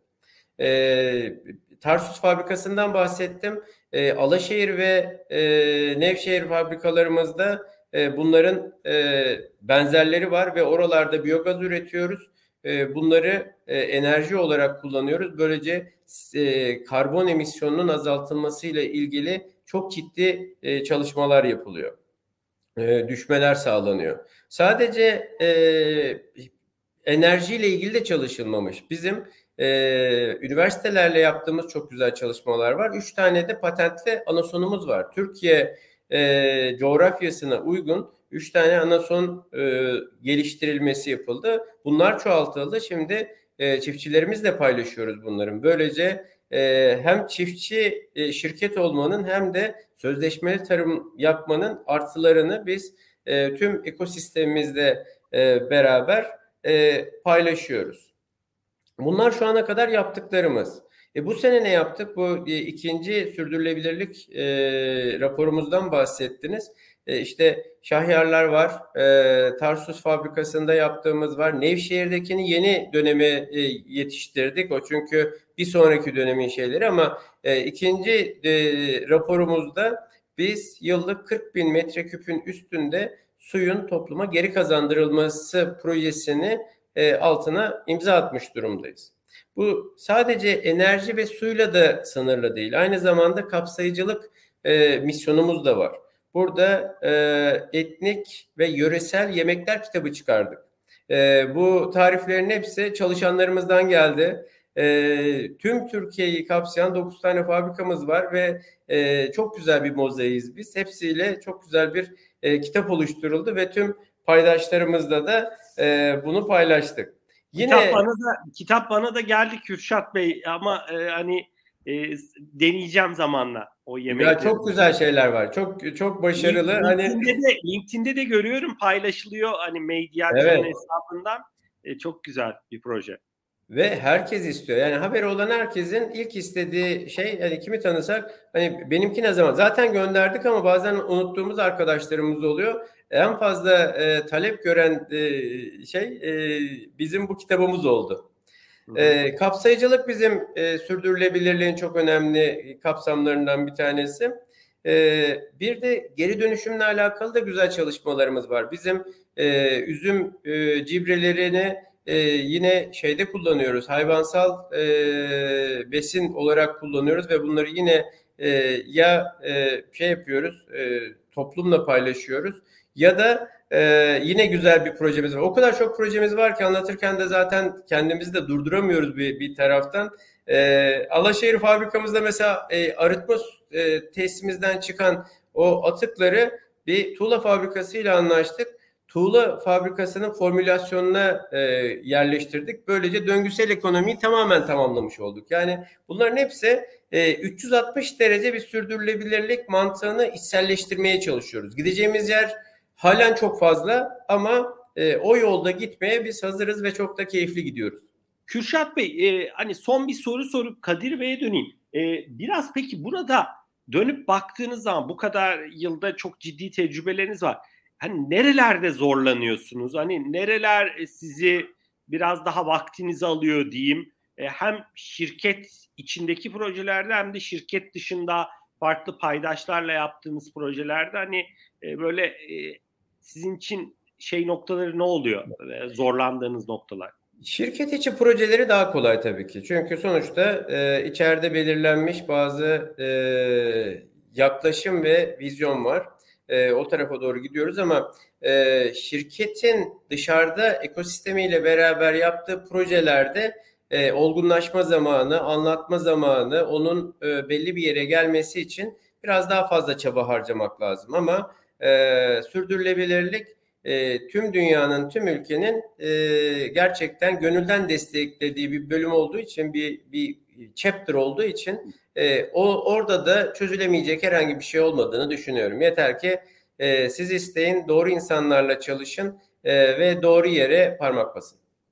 Tarsus fabrikasından bahsettim. Alaşehir ve Nevşehir fabrikalarımızda bunların benzerleri var ve oralarda biyogaz üretiyoruz. Bunları enerji olarak kullanıyoruz. Böylece karbon emisyonunun azaltılmasıyla ilgili çok ciddi çalışmalar yapılıyor. Düşmeler sağlanıyor. Sadece enerjiyle ilgili de çalışılmamış. Bizim üniversitelerle yaptığımız çok güzel çalışmalar var. 3 tane de patentli anasonumuz var. Türkiye coğrafyasına uygun 3 tane anason geliştirilmesi yapıldı. Bunlar çoğaltıldı. Şimdi çiftçilerimizle paylaşıyoruz bunların. Böylece hem çiftçi şirket olmanın hem de sözleşmeli tarım yapmanın artılarını biz tüm ekosistemimizle beraber paylaşıyoruz. Bunlar şu ana kadar yaptıklarımız. Bu sene ne yaptık? Bu ikinci sürdürülebilirlik raporumuzdan bahsettiniz. İşte Şahyarlar var, Tarsus fabrikasında yaptığımız var. Nevşehir'dekini yeni döneme yetiştirdik. O çünkü bir sonraki dönemin şeyleri ama ikinci raporumuzda biz yıllık 40.000 metreküpün üstünde suyun topluma geri kazandırılması projesini altına imza atmış durumdayız. Bu sadece enerji ve suyla da sınırlı değil. Aynı zamanda kapsayıcılık misyonumuz da var. Burada etnik ve yöresel yemekler kitabı çıkardık. Bu tariflerin hepsi çalışanlarımızdan geldi. Tüm Türkiye'yi kapsayan 9 tane fabrikamız var ve çok güzel bir mozaiğiz biz. Hepsiyle çok güzel bir kitap oluşturuldu ve tüm paydaşlarımızla da bunu paylaştık. Yine kitap bana da geldi Kürşat Bey ama deneyeceğim zamanla o yemekleri. Ya çok güzel şeyler var. Çok başarılı. LinkedIn'de de görüyorum paylaşılıyor Medyacı'nın hesabından. Çok güzel bir proje. Ve herkes istiyor. Yani haberi olan herkesin ilk istediği şey kimi tanısak benimki ne zaman? Zaten gönderdik ama bazen unuttuğumuz arkadaşlarımız oluyor. En fazla talep gören bizim bu kitabımız oldu. Kapsayıcılık bizim sürdürülebilirliğin çok önemli kapsamlarından bir tanesi. Bir de geri dönüşümle alakalı da güzel çalışmalarımız var. Bizim üzüm cibrelerini yine kullanıyoruz. Hayvansal besin olarak kullanıyoruz ve bunları yine yapıyoruz, toplumla paylaşıyoruz ya da yine güzel bir projemiz var. O kadar çok projemiz var ki anlatırken de zaten kendimizi de durduramıyoruz bir taraftan. Alaşehir fabrikamızda mesela arıtma tesisimizden çıkan o atıkları bir tuğla fabrikasıyla anlaştık. Tuğla fabrikasının formülasyonuna yerleştirdik. Böylece döngüsel ekonomiyi tamamen tamamlamış olduk. Yani bunların hepsi 360 derece bir sürdürülebilirlik mantığını içselleştirmeye çalışıyoruz. Gideceğimiz yer halen çok fazla ama o yolda gitmeye biz hazırız ve çok da keyifli gidiyoruz. Kürşat Bey, son bir soru sorup Kadir Bey'e döneyim. Biraz peki burada dönüp baktığınız zaman bu kadar yılda çok ciddi tecrübeleriniz var. Nerelerde zorlanıyorsunuz? Nereler sizi biraz daha vaktinizi alıyor diyeyim. Hem şirket içindeki projelerde hem de şirket dışında farklı paydaşlarla yaptığınız projelerde sizin için noktaları ne oluyor? Zorlandığınız noktalar. Şirket içi projeleri daha kolay tabii ki. Çünkü sonuçta içeride belirlenmiş bazı yaklaşım ve vizyon var. O tarafa doğru gidiyoruz ama şirketin dışarıda ekosistemiyle beraber yaptığı projelerde olgunlaşma zamanı, anlatma zamanı, onun belli bir yere gelmesi için biraz daha fazla çaba harcamak lazım. Ama sürdürülebilirlik tüm dünyanın, tüm ülkenin gerçekten gönülden desteklediği bir bölüm olduğu için, bir chapter olduğu için orada da çözülemeyecek herhangi bir şey olmadığını düşünüyorum. Yeter ki siz isteyin, doğru insanlarla çalışın ve doğru yere parmak basın.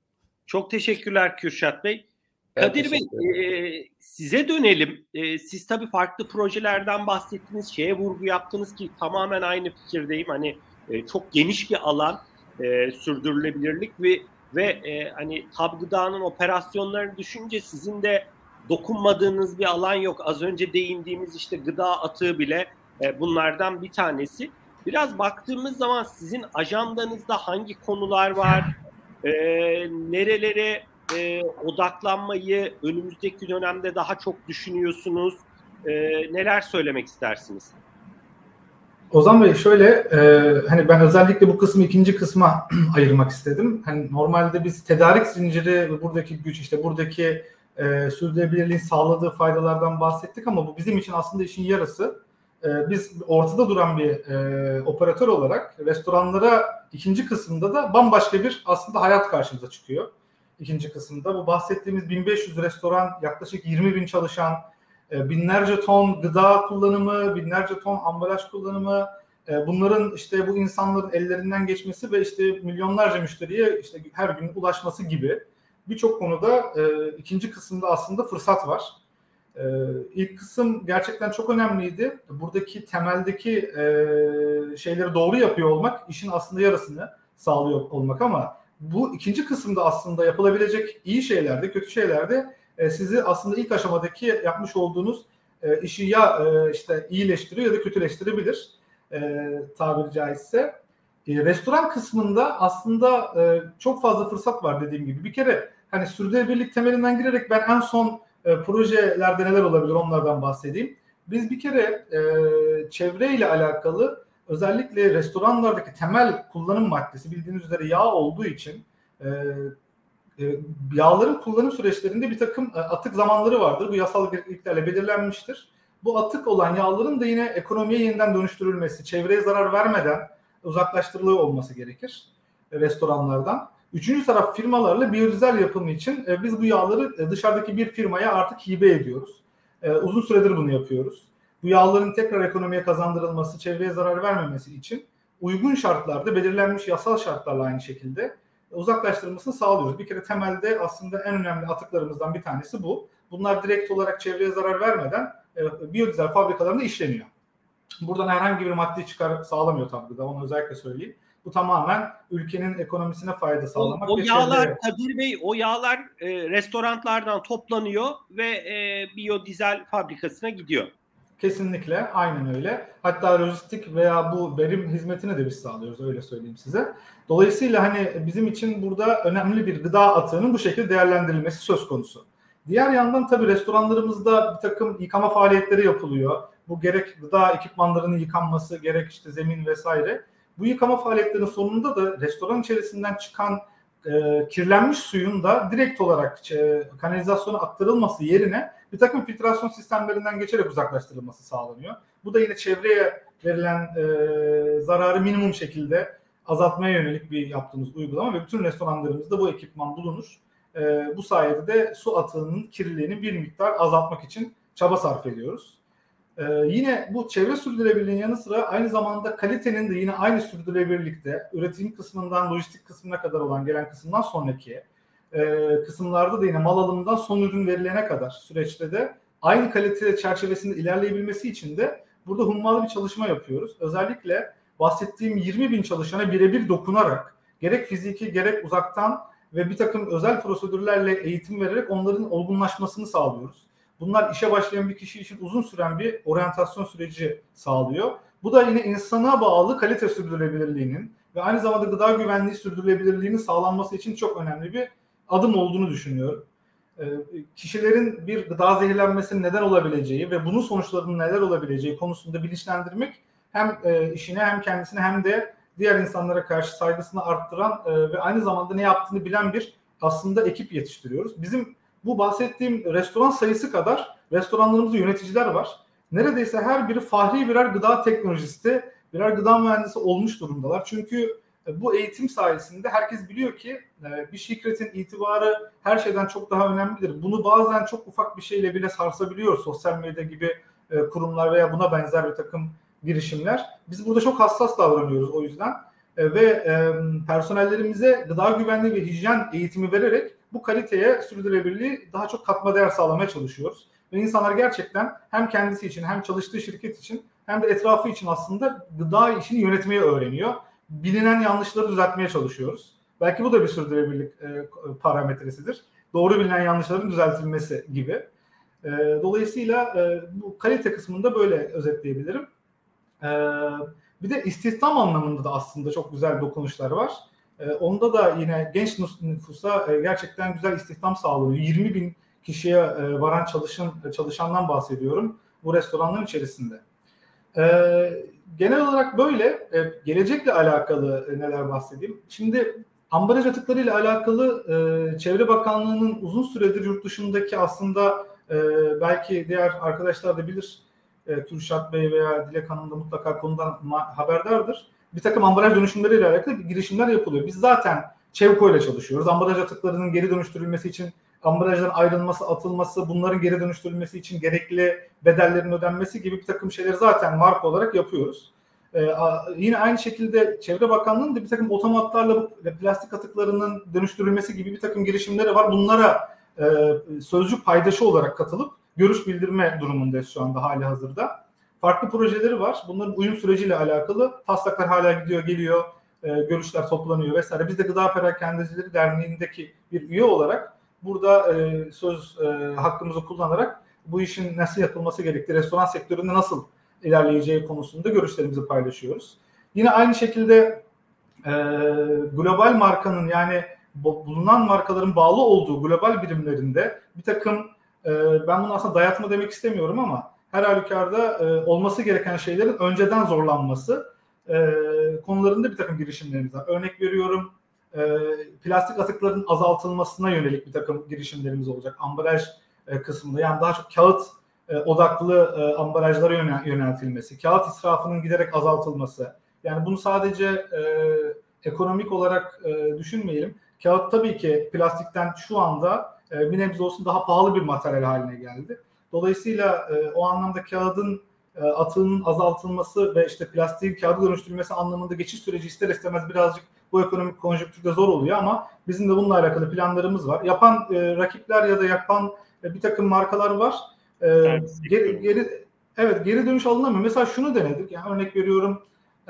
Çok teşekkürler Kürşat Bey. Ben Kadir Bey, size dönelim. Siz tabii farklı projelerden bahsettiniz, şeye vurgu yaptınız ki tamamen aynı fikirdeyim. Hani çok geniş bir alan sürdürülebilirlik ve hani TAB Gıda'nın operasyonlarını düşünce sizin de dokunmadığınız bir alan yok. Az önce değindiğimiz işte gıda atığı bile bunlardan bir tanesi. Biraz baktığımız zaman sizin ajandanızda hangi konular var? Nerelere odaklanmayı önümüzdeki dönemde daha çok düşünüyorsunuz? Neler söylemek istersiniz? Ozan Bey şöyle, hani ben özellikle bu kısmı ikinci kısma ayırmak istedim. Hani normalde biz tedarik zinciri ve buradaki güç, işte buradaki sürdürülebilirliğin sağladığı faydalardan bahsettik ama bu bizim için aslında işin yarısı. Biz ortada duran bir operatör olarak restoranlara ikinci kısımda da bambaşka bir aslında hayat karşımıza çıkıyor. İkinci kısımda bu bahsettiğimiz 1500 restoran, yaklaşık 20.000 çalışan, binlerce ton gıda kullanımı, binlerce ton ambalaj kullanımı, bunların işte bu insanların ellerinden geçmesi ve işte milyonlarca müşteriye işte her gün ulaşması gibi birçok konuda ikinci kısımda aslında fırsat var. İlk kısım gerçekten çok önemliydi. Buradaki temeldeki şeyleri doğru yapıyor olmak işin aslında yarısını sağlıyor olmak ama bu ikinci kısımda aslında yapılabilecek iyi şeylerde, kötü şeylerde sizi aslında ilk aşamadaki yapmış olduğunuz işi ya işte iyileştiriyor ya da kötüleştirebilir tabiri caizse. Restoran kısmında aslında çok fazla fırsat var dediğim gibi. Bir kere hani sürdürülebilirlik temelinden girerek ben en son projelerde neler olabilir onlardan bahsedeyim. Biz bir kere çevreyle alakalı özellikle restoranlardaki temel kullanım maddesi bildiğiniz üzere yağ olduğu için yağların kullanım süreçlerinde bir takım atık zamanları vardır. Bu yasal gerekliliklerle belirlenmiştir. Bu atık olan yağların da yine ekonomiye yeniden dönüştürülmesi, çevreye zarar vermeden uzaklaştırılığı olması gerekir restoranlardan. Üçüncü taraf firmalarla biyodizel yapımı için biz bu yağları dışarıdaki bir firmaya artık hibe ediyoruz. Uzun süredir bunu yapıyoruz. Bu yağların tekrar ekonomiye kazandırılması, çevreye zarar vermemesi için uygun şartlarda, belirlenmiş yasal şartlarla aynı şekilde uzaklaştırılmasını sağlıyoruz. Bir kere temelde aslında en önemli atıklarımızdan bir tanesi bu. Bunlar direkt olarak çevreye zarar vermeden biyodizel fabrikalarında işleniyor. Buradan herhangi bir maddi çıkar sağlamıyor tabii da onu özellikle söyleyeyim. Bu tamamen ülkenin ekonomisine fayda sağlamak. O yağlar Kadir Bey, o yağlar restoranlardan toplanıyor ve biyodizel fabrikasına gidiyor. Kesinlikle aynen öyle. Hatta lojistik veya bu verim hizmetini de biz sağlıyoruz öyle söyleyeyim size. Dolayısıyla hani bizim için burada önemli bir gıda atığının bu şekilde değerlendirilmesi söz konusu. Diğer yandan tabii restoranlarımızda bir takım yıkama faaliyetleri yapılıyor. Bu gerek gıda ekipmanlarının yıkanması, gerek işte zemin vesaire. Bu yıkama faaliyetlerinin sonunda da restoran içerisinden çıkan kirlenmiş suyun da direkt olarak kanalizasyona aktarılması yerine bir takım filtrasyon sistemlerinden geçerek uzaklaştırılması sağlanıyor. Bu da yine çevreye verilen zararı minimum şekilde azaltmaya yönelik bir yaptığımız uygulama ve bütün restoranlarımızda bu ekipman bulunur. Bu sayede de su atığının kirliliğini bir miktar azaltmak için çaba sarf ediyoruz. Yine bu çevre sürdürülebilirliğinin yanı sıra aynı zamanda kalitenin de yine aynı sürdürülebilirlikte üretim kısmından lojistik kısmına kadar olan gelen kısımdan sonraki kısımlarda da yine mal alımından son ürün verilene kadar süreçte de aynı kalite çerçevesinde ilerleyebilmesi için de burada hummalı bir çalışma yapıyoruz. Özellikle bahsettiğim 20.000 çalışana birebir dokunarak gerek fiziki gerek uzaktan ve bir takım özel prosedürlerle eğitim vererek onların olgunlaşmasını sağlıyoruz. Bunlar işe başlayan bir kişi için uzun süren bir oryantasyon süreci sağlıyor. Bu da yine insana bağlı kalite sürdürülebilirliğinin ve aynı zamanda gıda güvenliği sürdürülebilirliğinin sağlanması için çok önemli bir adım olduğunu düşünüyorum. Kişilerin bir gıda zehirlenmesinin neden olabileceği ve bunun sonuçlarının neler olabileceği konusunda bilinçlendirmek hem işine hem kendisine hem de diğer insanlara karşı saygısını arttıran ve aynı zamanda ne yaptığını bilen bir aslında ekip yetiştiriyoruz. Bizim bu bahsettiğim restoran sayısı kadar restoranlarımızda yöneticiler var. Neredeyse her biri fahri birer gıda teknolojisti, birer gıda mühendisi olmuş durumdalar. Çünkü bu eğitim sayesinde herkes biliyor ki bir şirketin itibarı her şeyden çok daha önemlidir. Bunu bazen çok ufak bir şeyle bile sarsabiliyor sosyal medya gibi kurumlar veya buna benzer bir takım girişimler. Biz burada çok hassas davranıyoruz o yüzden ve personellerimize gıda güvenliği ve hijyen eğitimi vererek bu kaliteye, sürdürülebilirliği daha çok katma değer sağlamaya çalışıyoruz. Ve insanlar gerçekten hem kendisi için hem çalıştığı şirket için hem de etrafı için aslında gıda işini yönetmeyi öğreniyor. Bilinen yanlışları düzeltmeye çalışıyoruz. Belki bu da bir sürdürülebilirlik parametresidir. Doğru bilinen yanlışların düzeltilmesi gibi. Dolayısıyla bu kalite kısmında böyle özetleyebilirim. Bir de istihdam anlamında da aslında çok güzel dokunuşlar var. Onda da yine genç nüfusa gerçekten güzel istihdam sağlanıyor. 20 bin kişiye varan çalışandan bahsediyorum bu restoranların içerisinde. Genel olarak böyle. Gelecekle alakalı neler bahsedeyim? Şimdi ambalaj atıklarıyla alakalı Çevre Bakanlığı'nın uzun süredir yurt dışındaki aslında belki diğer arkadaşlar da bilir, Kürşat Bey veya Dilek Hanım da mutlaka konudan haberdardır. Bir takım ambalaj dönüşümleriyle alakalı girişimler yapılıyor. Biz zaten Çevko ile çalışıyoruz. Ambalaj atıklarının geri dönüştürülmesi için ambalajların ayrılması, atılması, bunların geri dönüştürülmesi için gerekli bedellerin ödenmesi gibi bir takım şeyleri zaten marka olarak yapıyoruz. Yine aynı şekilde Çevre Bakanlığı'nın da bir takım otomatlarla plastik atıklarının dönüştürülmesi gibi bir takım girişimleri var. Bunlara sözcük paydaşı olarak katılıp görüş bildirme durumundayız şu anda hali hazırda. Farklı projeleri var. Bunların uyum süreciyle alakalı taslaklar hala gidiyor, geliyor, görüşler toplanıyor vesaire. Biz de Gıda Perakendecileri Derneği'ndeki bir üye olarak burada söz hakkımızı kullanarak bu işin nasıl yapılması gerektiği, restoran sektöründe nasıl ilerleyeceği konusunda görüşlerimizi paylaşıyoruz. Yine aynı şekilde global markanın, yani bulunan markaların bağlı olduğu global birimlerinde bir takım, ben bunu aslında dayatma demek istemiyorum ama her halükarda olması gereken şeylerin önceden zorlanması konularında bir takım girişimlerimiz var. Örnek veriyorum, plastik atıkların azaltılmasına yönelik bir takım girişimlerimiz olacak ambalaj kısmında. Yani daha çok kağıt odaklı ambalajlara yöneltilmesi, kağıt israfının giderek azaltılması. Yani bunu sadece ekonomik olarak düşünmeyelim. Kağıt tabii ki plastikten şu anda bir nebze olsun daha pahalı bir materyal haline geldi. Dolayısıyla o anlamda kağıdın atığının azaltılması ve işte plastiğin kağıda dönüştürülmesi anlamında geçiş süreci ister istemez birazcık bu ekonomik konjonktürde zor oluyor ama bizim de bununla alakalı planlarımız var. Yapan rakipler ya da yapan bir takım markalar var. Geri dönüş alınamıyor. Mesela şunu denedik. Yani örnek veriyorum,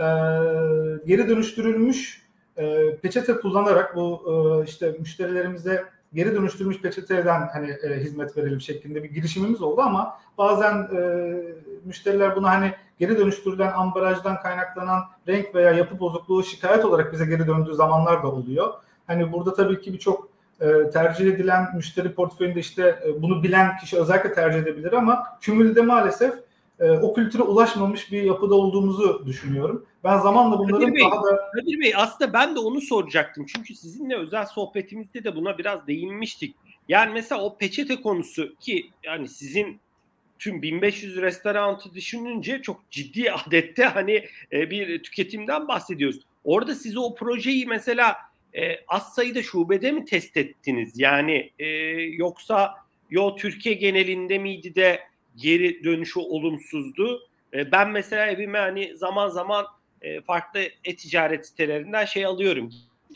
geri dönüştürülmüş peçete kullanarak bu işte müşterilerimize geri dönüştürülmüş peçeteden hani hizmet verelim şeklinde bir girişimimiz oldu ama bazen müşteriler bunu hani geri dönüştürülen ambalajdan kaynaklanan renk veya yapı bozukluğu şikayet olarak bize geri döndüğü zamanlar da oluyor. Hani burada tabii ki birçok tercih edilen müşteri portföyünde işte bunu bilen kişi özellikle tercih edebilir ama kümülde maalesef o kültüre ulaşmamış bir yapıda olduğumuzu düşünüyorum. Ben zamanla bunların Kadir Bey, aslında ben de onu soracaktım. Çünkü sizinle özel sohbetimizde de buna biraz değinmiştik. Yani mesela o peçete konusu, ki yani sizin tüm 1500 restoranı düşününce çok ciddi adette hani bir tüketimden bahsediyoruz. Orada siz o projeyi mesela az sayıda şubede mi test ettiniz? Yani yoksa Türkiye genelinde miydi de geri dönüşü olumsuzdu? Ben mesela evime hani zaman zaman farklı e-ticaret sitelerinden alıyorum.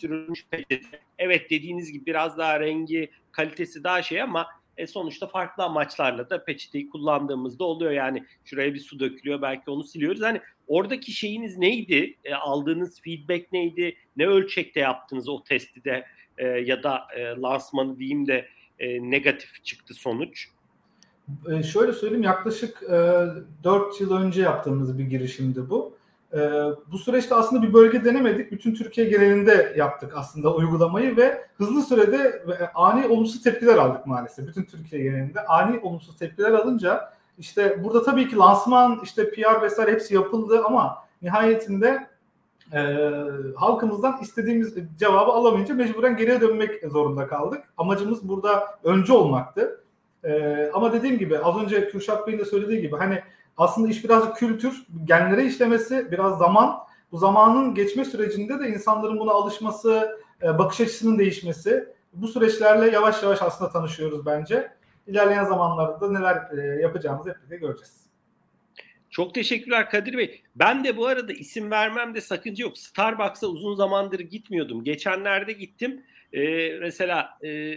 Evet, dediğiniz gibi biraz daha rengi, kalitesi daha ama sonuçta farklı amaçlarla da peçeteyi kullandığımızda oluyor. Yani şuraya bir su dökülüyor, belki onu siliyoruz. Hani oradaki şeyiniz neydi? Aldığınız feedback neydi? Ne ölçekte yaptınız o testi de ya da lansmanı diyeyim de negatif çıktı sonuç? Şöyle söyleyeyim, yaklaşık 4 yıl önce yaptığımız bir girişimdi bu. Bu süreçte aslında bir bölge denemedik. Bütün Türkiye genelinde yaptık aslında uygulamayı ve hızlı sürede ani olumsuz tepkiler aldık maalesef. Bütün Türkiye genelinde ani olumsuz tepkiler alınca işte burada tabii ki lansman, işte PR vesaire hepsi yapıldı ama nihayetinde halkımızdan istediğimiz cevabı alamayınca mecburen geriye dönmek zorunda kaldık. Amacımız burada öncü olmaktı. Ama dediğim gibi az önce Kürşat Bey'in de söylediği gibi hani aslında iş birazcık kültür, genlere işlemesi, biraz zaman. Bu zamanın geçme sürecinde de insanların buna alışması, bakış açısının değişmesi. Bu süreçlerle yavaş yavaş aslında tanışıyoruz bence. İlerleyen zamanlarda da neler yapacağımızı hep birlikte göreceğiz. Çok teşekkürler Kadir Bey. Ben de bu arada isim vermemde sakınca yok. Starbucks'a uzun zamandır gitmiyordum. Geçenlerde gittim. Mesela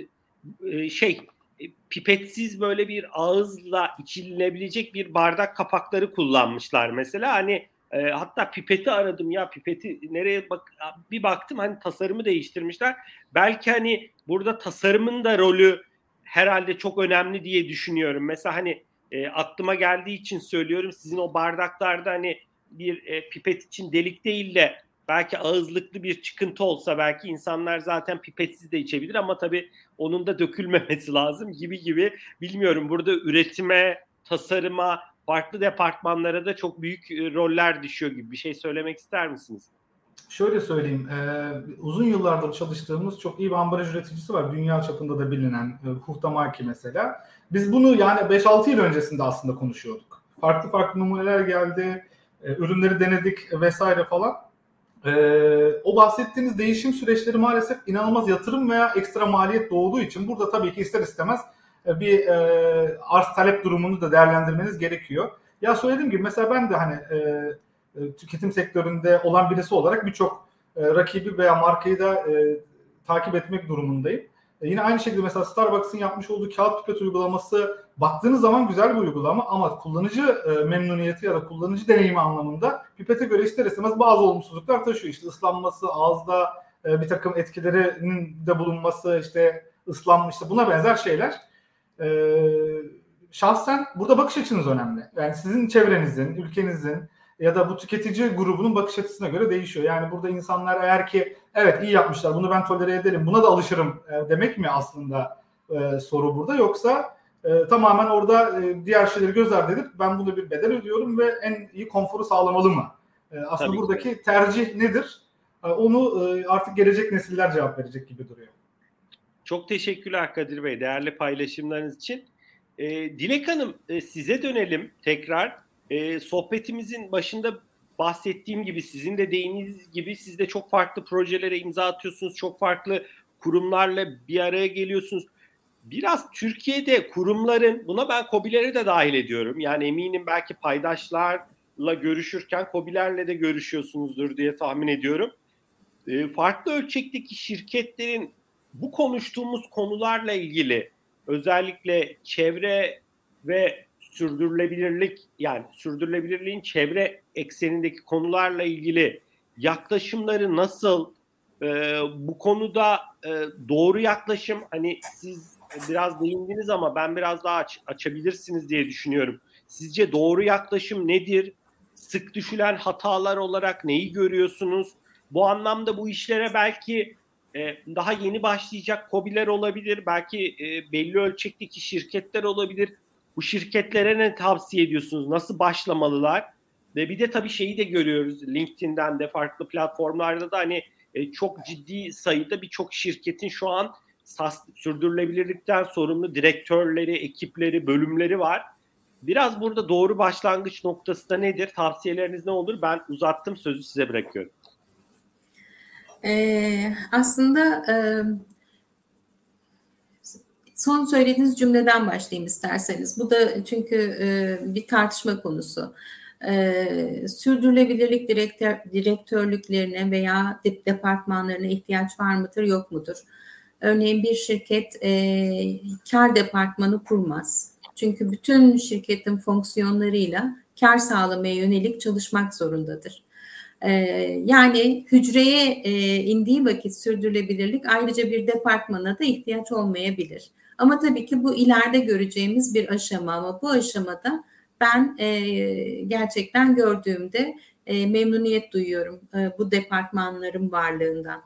pipetsiz böyle bir ağızla içilebilecek bir bardak kapakları kullanmışlar mesela. Hani hatta pipeti aradım, ya pipeti nereye bir baktım, hani tasarımı değiştirmişler. Belki hani burada tasarımın da rolü herhalde çok önemli diye düşünüyorum. Mesela hani aklıma geldiği için söylüyorum, sizin o bardaklarda hani bir pipet için delik değil de belki ağızlıklı bir çıkıntı olsa belki insanlar zaten pipetsiz de içebilir, ama tabii onun da dökülmemesi lazım gibi. Bilmiyorum, burada üretime, tasarıma, farklı departmanlara da çok büyük roller düşüyor gibi. Bir şey söylemek ister misiniz? Şöyle söyleyeyim, uzun yıllardır çalıştığımız çok iyi bir ambalaj üreticisi var. Dünya çapında da bilinen Huhtamaki mesela. Biz bunu yani 5-6 yıl öncesinde aslında konuşuyorduk. Farklı numuneler geldi, ürünleri denedik vesaire falan. O bahsettiğiniz değişim süreçleri maalesef inanılmaz yatırım veya ekstra maliyet doğduğu için burada tabii ki ister istemez bir arz talep durumunu da değerlendirmeniz gerekiyor. Ya söylediğim gibi mesela ben de hani tüketim sektöründe olan birisi olarak birçok rakibi veya markayı da takip etmek durumundayım. Yine aynı şekilde mesela Starbucks'ın yapmış olduğu kağıt pipet uygulaması baktığınız zaman güzel bir uygulama, ama kullanıcı memnuniyeti ya da kullanıcı deneyimi anlamında pipete göre ister istemez bazı olumsuzluklar taşıyor. İşte ıslanması, ağızda bir takım etkilerinin de bulunması, işte ıslanmış, işte buna benzer şeyler. Şahsen burada bakış açınız önemli. Yani sizin çevrenizin, ülkenizin ya da bu tüketici grubunun bakış açısına göre değişiyor. Yani burada insanlar eğer ki evet iyi yapmışlar, bunu ben tolere ederim, buna da alışırım demek mi aslında soru burada, yoksa tamamen orada diğer şeyleri göz ardı edip ben bunu bir bedel ödüyorum ve en iyi konforu sağlamalı mı? Aslında tabii buradaki tercih nedir? Onu artık gelecek nesiller cevap verecek gibi duruyor. Çok teşekkürler Kadir Bey, değerli paylaşımlarınız için. Dilek Hanım, size dönelim tekrar. Sohbetimizin başında bahsettiğim gibi, sizin de değindiğiniz gibi, siz de çok farklı projelere imza atıyorsunuz. Çok farklı kurumlarla bir araya geliyorsunuz. Biraz Türkiye'de kurumların, buna ben KOBİ'leri de dahil ediyorum. Yani eminim belki paydaşlarla görüşürken KOBİ'lerle de görüşüyorsunuzdur diye tahmin ediyorum. Farklı ölçekteki şirketlerin bu konuştuğumuz konularla ilgili, özellikle çevre ve sürdürülebilirlik, yani sürdürülebilirliğin çevre eksenindeki konularla ilgili yaklaşımları nasıl? Bu konuda doğru yaklaşım, hani siz biraz değindiniz ama ben biraz daha açabilirsiniz diye düşünüyorum. Sizce doğru yaklaşım nedir? Sık düşülen hatalar olarak neyi görüyorsunuz? Bu anlamda bu işlere belki daha yeni başlayacak KOBİ'ler olabilir. Belki belli ölçekteki şirketler olabilir. Bu şirketlere ne tavsiye ediyorsunuz? Nasıl başlamalılar? Ve bir de tabii şeyi de görüyoruz. LinkedIn'den de farklı platformlarda da hani çok ciddi sayıda birçok şirketin şu an sürdürülebilirlikten sorumlu direktörleri, ekipleri, bölümleri var. Biraz burada doğru başlangıç noktası da nedir? Tavsiyeleriniz ne olur? Ben uzattım, sözü size bırakıyorum. Aslında son söylediğiniz cümleden başlayayım isterseniz. Bu da çünkü bir tartışma konusu. Sürdürülebilirlik direktörlüklerine veya departmanlarına ihtiyaç var mıdır, yok mudur? Örneğin bir şirket kar departmanı kurmaz. Çünkü bütün şirketin fonksiyonlarıyla kar sağlamaya yönelik çalışmak zorundadır. Yani hücreye indiği vakit sürdürülebilirlik ayrıca bir departmana da ihtiyaç olmayabilir. Ama tabii ki bu ileride göreceğimiz bir aşama, ama bu aşamada ben gerçekten gördüğümde memnuniyet duyuyorum bu departmanların varlığından.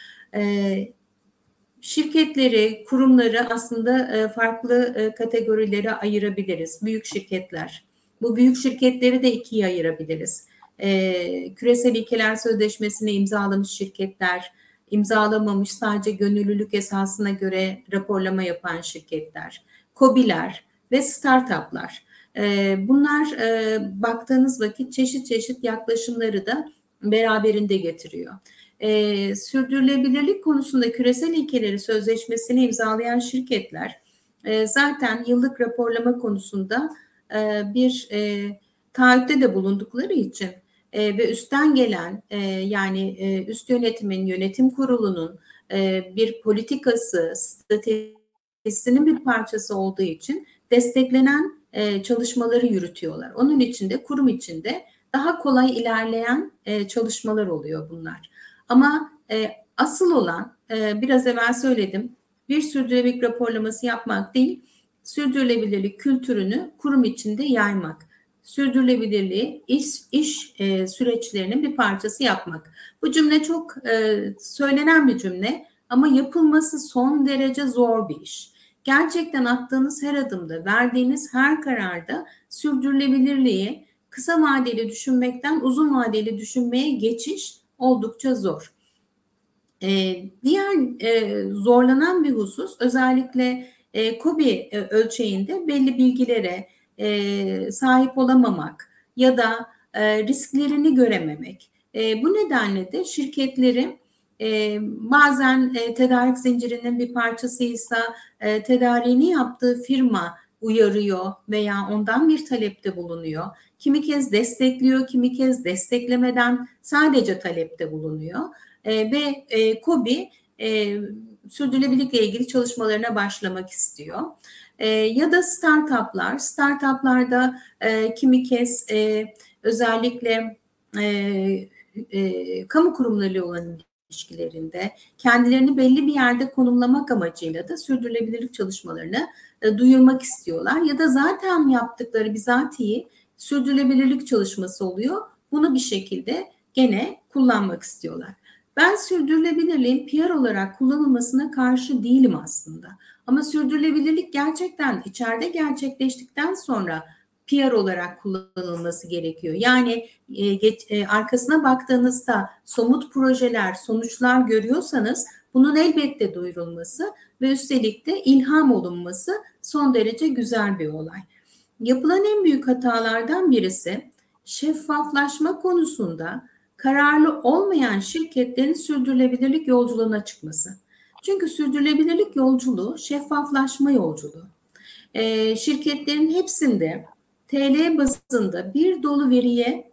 Şirketleri, kurumları aslında farklı kategorilere ayırabiliriz. Büyük şirketler. Bu büyük şirketleri de ikiye ayırabiliriz. Küresel ilkeler sözleşmesini imzalamış şirketler, imzalamamış sadece gönüllülük esasına göre raporlama yapan şirketler, KOBİ'ler ve startuplar. Bunlar baktığınız vakit çeşit yaklaşımları da beraberinde getiriyor. Sürdürülebilirlik konusunda küresel ilkeleri sözleşmesini imzalayan şirketler zaten yıllık raporlama konusunda bir taahhütte de bulundukları için ve üstten gelen yani üst yönetimin, yönetim kurulunun bir politikası, stratejisi tesisinin bir parçası olduğu için desteklenen çalışmaları yürütüyorlar. Onun içinde, kurum içinde daha kolay ilerleyen çalışmalar oluyor bunlar. Ama asıl olan, biraz evvel söyledim, bir sürdürülebilirlik raporlaması yapmak değil, sürdürülebilirlik kültürünü kurum içinde yaymak. Sürdürülebilirliği iş süreçlerinin bir parçası yapmak. Bu cümle çok söylenen bir cümle ama yapılması son derece zor bir iş. Gerçekten attığınız her adımda, verdiğiniz her kararda sürdürülebilirliği kısa vadeli düşünmekten uzun vadeli düşünmeye geçiş oldukça zor. Diğer zorlanan bir husus özellikle KOBİ ölçeğinde belli bilgilere sahip olamamak ya da risklerini görememek. Bu nedenle de şirketlerin bazen tedarik zincirinin bir parçasıysa tedariğini yaptığı firma uyarıyor veya ondan bir talepte bulunuyor. Kimi kez destekliyor, kimi kez desteklemeden sadece talepte bulunuyor. Ve KOBİ sürdürülebilirlikle ilgili çalışmalarına başlamak istiyor. Ya da startuplarda kimi kez özellikle kamu kurumlarıyla olan ilişkilerinde kendilerini belli bir yerde konumlamak amacıyla da sürdürülebilirlik çalışmalarını duyurmak istiyorlar. Ya da zaten yaptıkları bizatihi sürdürülebilirlik çalışması oluyor. Bunu bir şekilde gene kullanmak istiyorlar. Ben sürdürülebilirliğin PR olarak kullanılmasına karşı değilim aslında. Ama sürdürülebilirlik gerçekten içeride gerçekleştikten sonra PR olarak kullanılması gerekiyor. Yani arkasına baktığınızda somut projeler, sonuçlar görüyorsanız bunun elbette duyurulması ve üstelik de ilham olunması son derece güzel bir olay. Yapılan en büyük hatalardan birisi şeffaflaşma konusunda kararlı olmayan şirketlerin sürdürülebilirlik yolculuğuna çıkması. Çünkü sürdürülebilirlik yolculuğu şeffaflaşma yolculuğu. Şirketlerin hepsinde TL bazında bir dolu veriye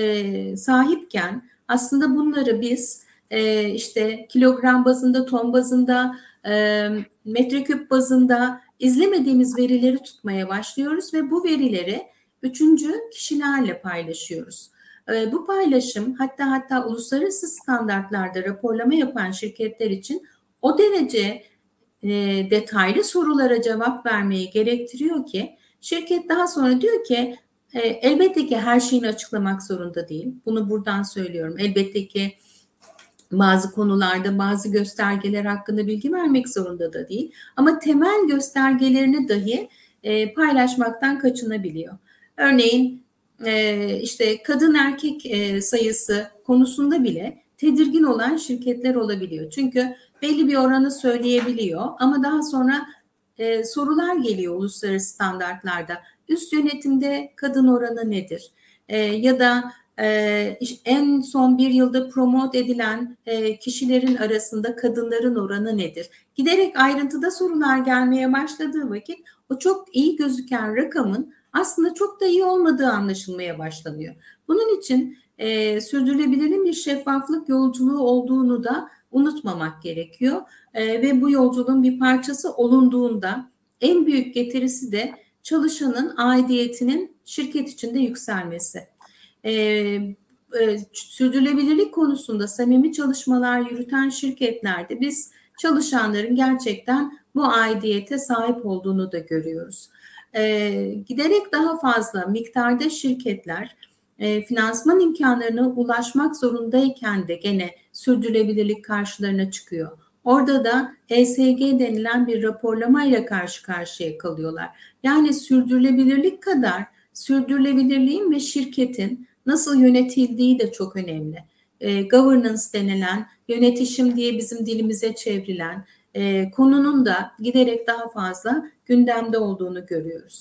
sahipken aslında bunları biz işte kilogram bazında, ton bazında, metreküp bazında izlemediğimiz verileri tutmaya başlıyoruz ve bu verileri üçüncü kişilerle paylaşıyoruz. Bu paylaşım hatta uluslararası standartlarda raporlama yapan şirketler için o derece detaylı sorulara cevap vermeyi gerektiriyor ki şirket daha sonra diyor ki elbette ki her şeyini açıklamak zorunda değil. Bunu buradan söylüyorum. Elbette ki bazı konularda bazı göstergeler hakkında bilgi vermek zorunda da değil. Ama temel göstergelerini dahi paylaşmaktan kaçınabiliyor. Örneğin işte kadın erkek sayısı konusunda bile tedirgin olan şirketler olabiliyor. Çünkü belli bir oranı söyleyebiliyor ama daha sonra sorular geliyor uluslararası standartlarda. Üst yönetimde kadın oranı nedir? Ya da en son bir yılda promote edilen kişilerin arasında kadınların oranı nedir? Giderek ayrıntıda sorular gelmeye başladığı vakit o çok iyi gözüken rakamın aslında çok da iyi olmadığı anlaşılmaya başlanıyor. Bunun için sürdürülebilirliğin bir şeffaflık yolculuğu olduğunu da unutmamak gerekiyor. Ve bu yolculuğun bir parçası olunduğunda en büyük getirisi de çalışanın aidiyetinin şirket içinde yükselmesi. Sürdürülebilirlik konusunda samimi çalışmalar yürüten şirketlerde biz çalışanların gerçekten bu aidiyete sahip olduğunu da görüyoruz. Giderek daha fazla miktarda şirketler finansman imkanlarına ulaşmak zorundayken de gene sürdürülebilirlik karşılarına çıkıyor. Orada da ESG denilen bir raporlamayla karşı karşıya kalıyorlar. Yani sürdürülebilirlik kadar sürdürülebilirliğin ve şirketin nasıl yönetildiği de çok önemli. Governance denilen, yönetişim diye bizim dilimize çevrilen konunun da giderek daha fazla gündemde olduğunu görüyoruz.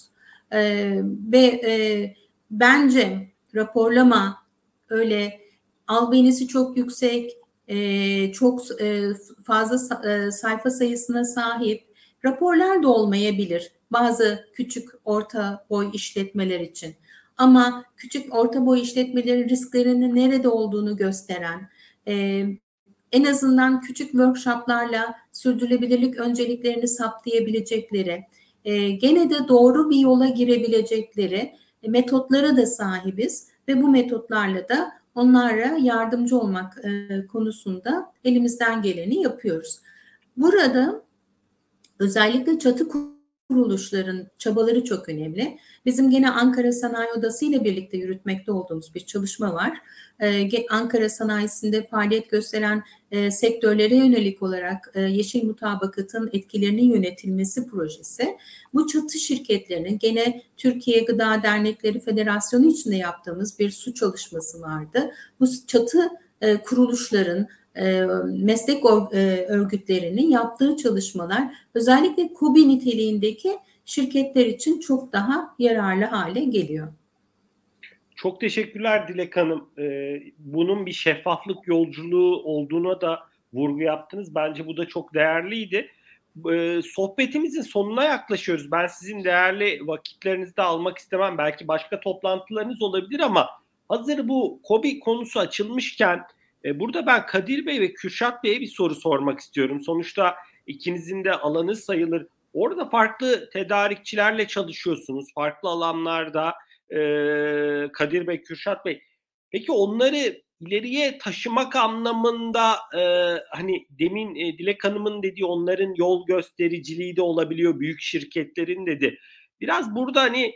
Bence raporlama öyle albenisi çok yüksek, çok fazla sayfa sayısına sahip raporlar da olmayabilir bazı küçük orta boy işletmeler için. Ama küçük orta boy işletmelerin risklerinin nerede olduğunu gösteren, en azından küçük workshoplarla sürdürülebilirlik önceliklerini saptayabilecekleri, gene de doğru bir yola girebilecekleri metotlara da sahibiz ve bu metotlarla da onlara yardımcı olmak konusunda elimizden geleni yapıyoruz. Burada özellikle çatı kuruluşların çabaları çok önemli. Bizim gene Ankara Sanayi Odası ile birlikte yürütmekte olduğumuz bir çalışma var. Ankara sanayisinde faaliyet gösteren sektörlere yönelik olarak Yeşil Mutabakat'ın etkilerinin yönetilmesi projesi. Bu çatı şirketlerinin gene Türkiye Gıda Dernekleri Federasyonu içinde yaptığımız bir su çalışması vardı. Bu çatı kuruluşların meslek örgütlerinin yaptığı çalışmalar özellikle KOBİ niteliğindeki şirketler için çok daha yararlı hale geliyor. Çok teşekkürler Dilek Hanım. Bunun bir şeffaflık yolculuğu olduğuna da vurgu yaptınız. Bence bu da çok değerliydi. Sohbetimizin sonuna yaklaşıyoruz. Ben sizin değerli vakitlerinizi de almak istemem. Belki başka toplantılarınız olabilir ama hazır bu KOBİ konusu açılmışken burada ben Kadir Bey ve Kürşat Bey'e bir soru sormak istiyorum. Sonuçta ikinizin de alanı sayılır. Orada farklı tedarikçilerle çalışıyorsunuz. Farklı alanlarda Kadir Bey, Kürşat Bey. Peki onları ileriye taşımak anlamında hani demin Dilek Hanım'ın dediği onların yol göstericiliği de olabiliyor. Büyük şirketlerin dedi. Biraz burada hani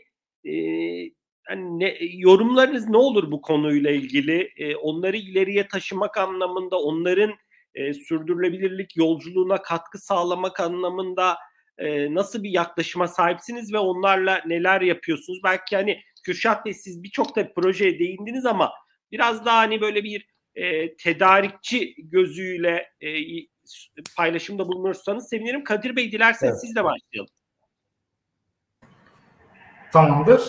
yorumlarınız ne olur bu konuyla ilgili? Onları ileriye taşımak anlamında, onların sürdürülebilirlik yolculuğuna katkı sağlamak anlamında nasıl bir yaklaşıma sahipsiniz ve onlarla neler yapıyorsunuz? Belki hani Kürşat Bey siz birçok da projeye değindiniz ama biraz daha hani böyle bir tedarikçi gözüyle paylaşımda bulunursanız sevinirim. Kadir Bey dilerseniz evet, siz de başlayalım. Tamamdır.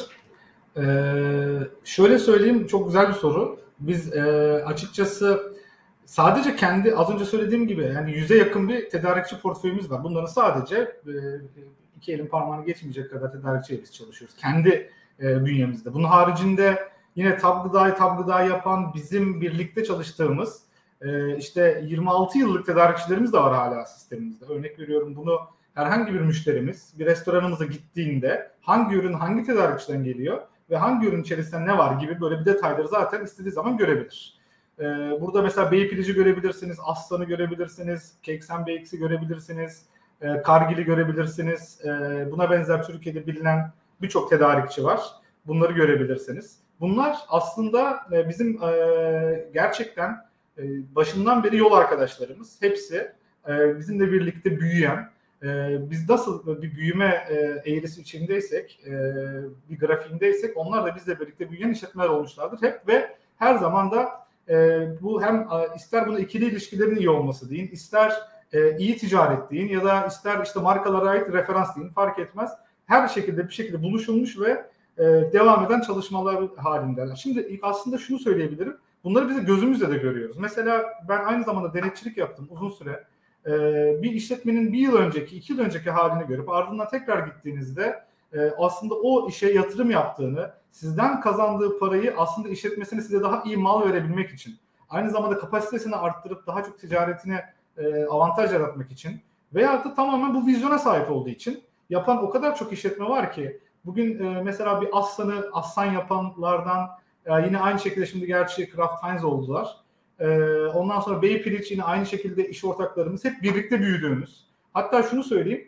Şöyle söyleyeyim, çok güzel bir soru. Biz açıkçası sadece kendi az önce söylediğim gibi yani 100'e yakın bir tedarikçi portföyümüz var. Bunların sadece iki elin parmağını geçmeyecek kadar tedarikçiyle biz çalışıyoruz. Kendi bünyemizde. Bunun haricinde yine Tab Gıda'yı yapan bizim birlikte çalıştığımız işte 26 yıllık tedarikçilerimiz de var hala sistemimizde. Örnek veriyorum, bunu herhangi bir müşterimiz bir restoranımıza gittiğinde hangi ürün hangi tedarikçiden geliyor ve hangi ürün içerisinde ne var gibi böyle bir detayları zaten istediği zaman görebilir. Burada mesela Beypiliz'i görebilirsiniz, Aslan'ı görebilirsiniz, Keksen BX'i görebilirsiniz, Kargil'i görebilirsiniz. Buna benzer Türkiye'de bilinen birçok tedarikçi var. Bunları görebilirsiniz. Bunlar aslında bizim gerçekten başından beri yol arkadaşlarımız. Hepsi bizimle birlikte büyüyen, biz nasıl bir büyüme eğrisi içindeysek, bir grafiğindeysek onlar da bizle birlikte büyüyen işletmeler olmuşlardır. Hep ve her zaman da bu hem ister bunu ikili ilişkilerin iyi olması deyin, ister iyi ticaret deyin ya da ister işte markalara ait referans deyin, fark etmez. Her şekilde bir şekilde buluşulmuş ve devam eden çalışmalar halindeler. Şimdi aslında şunu söyleyebilirim. Bunları biz de gözümüzle de görüyoruz. Mesela ben aynı zamanda denetçilik yaptım uzun süre. Bir işletmenin 2 yıl önceki halini görüp ardından tekrar gittiğinizde aslında o işe yatırım yaptığını, sizden kazandığı parayı aslında işletmesine size daha iyi mal verebilmek için, aynı zamanda kapasitesini arttırıp daha çok ticaretine avantaj yaratmak için veyahut da tamamen bu vizyona sahip olduğu için yapan o kadar çok işletme var ki bugün mesela bir Aslan yapanlardan yine aynı şekilde şimdi gerçi Kraft Heinz oldular. Ondan sonra Beypiliç yine aynı şekilde iş ortaklarımız hep birlikte büyüdüğümüz. Hatta şunu söyleyeyim.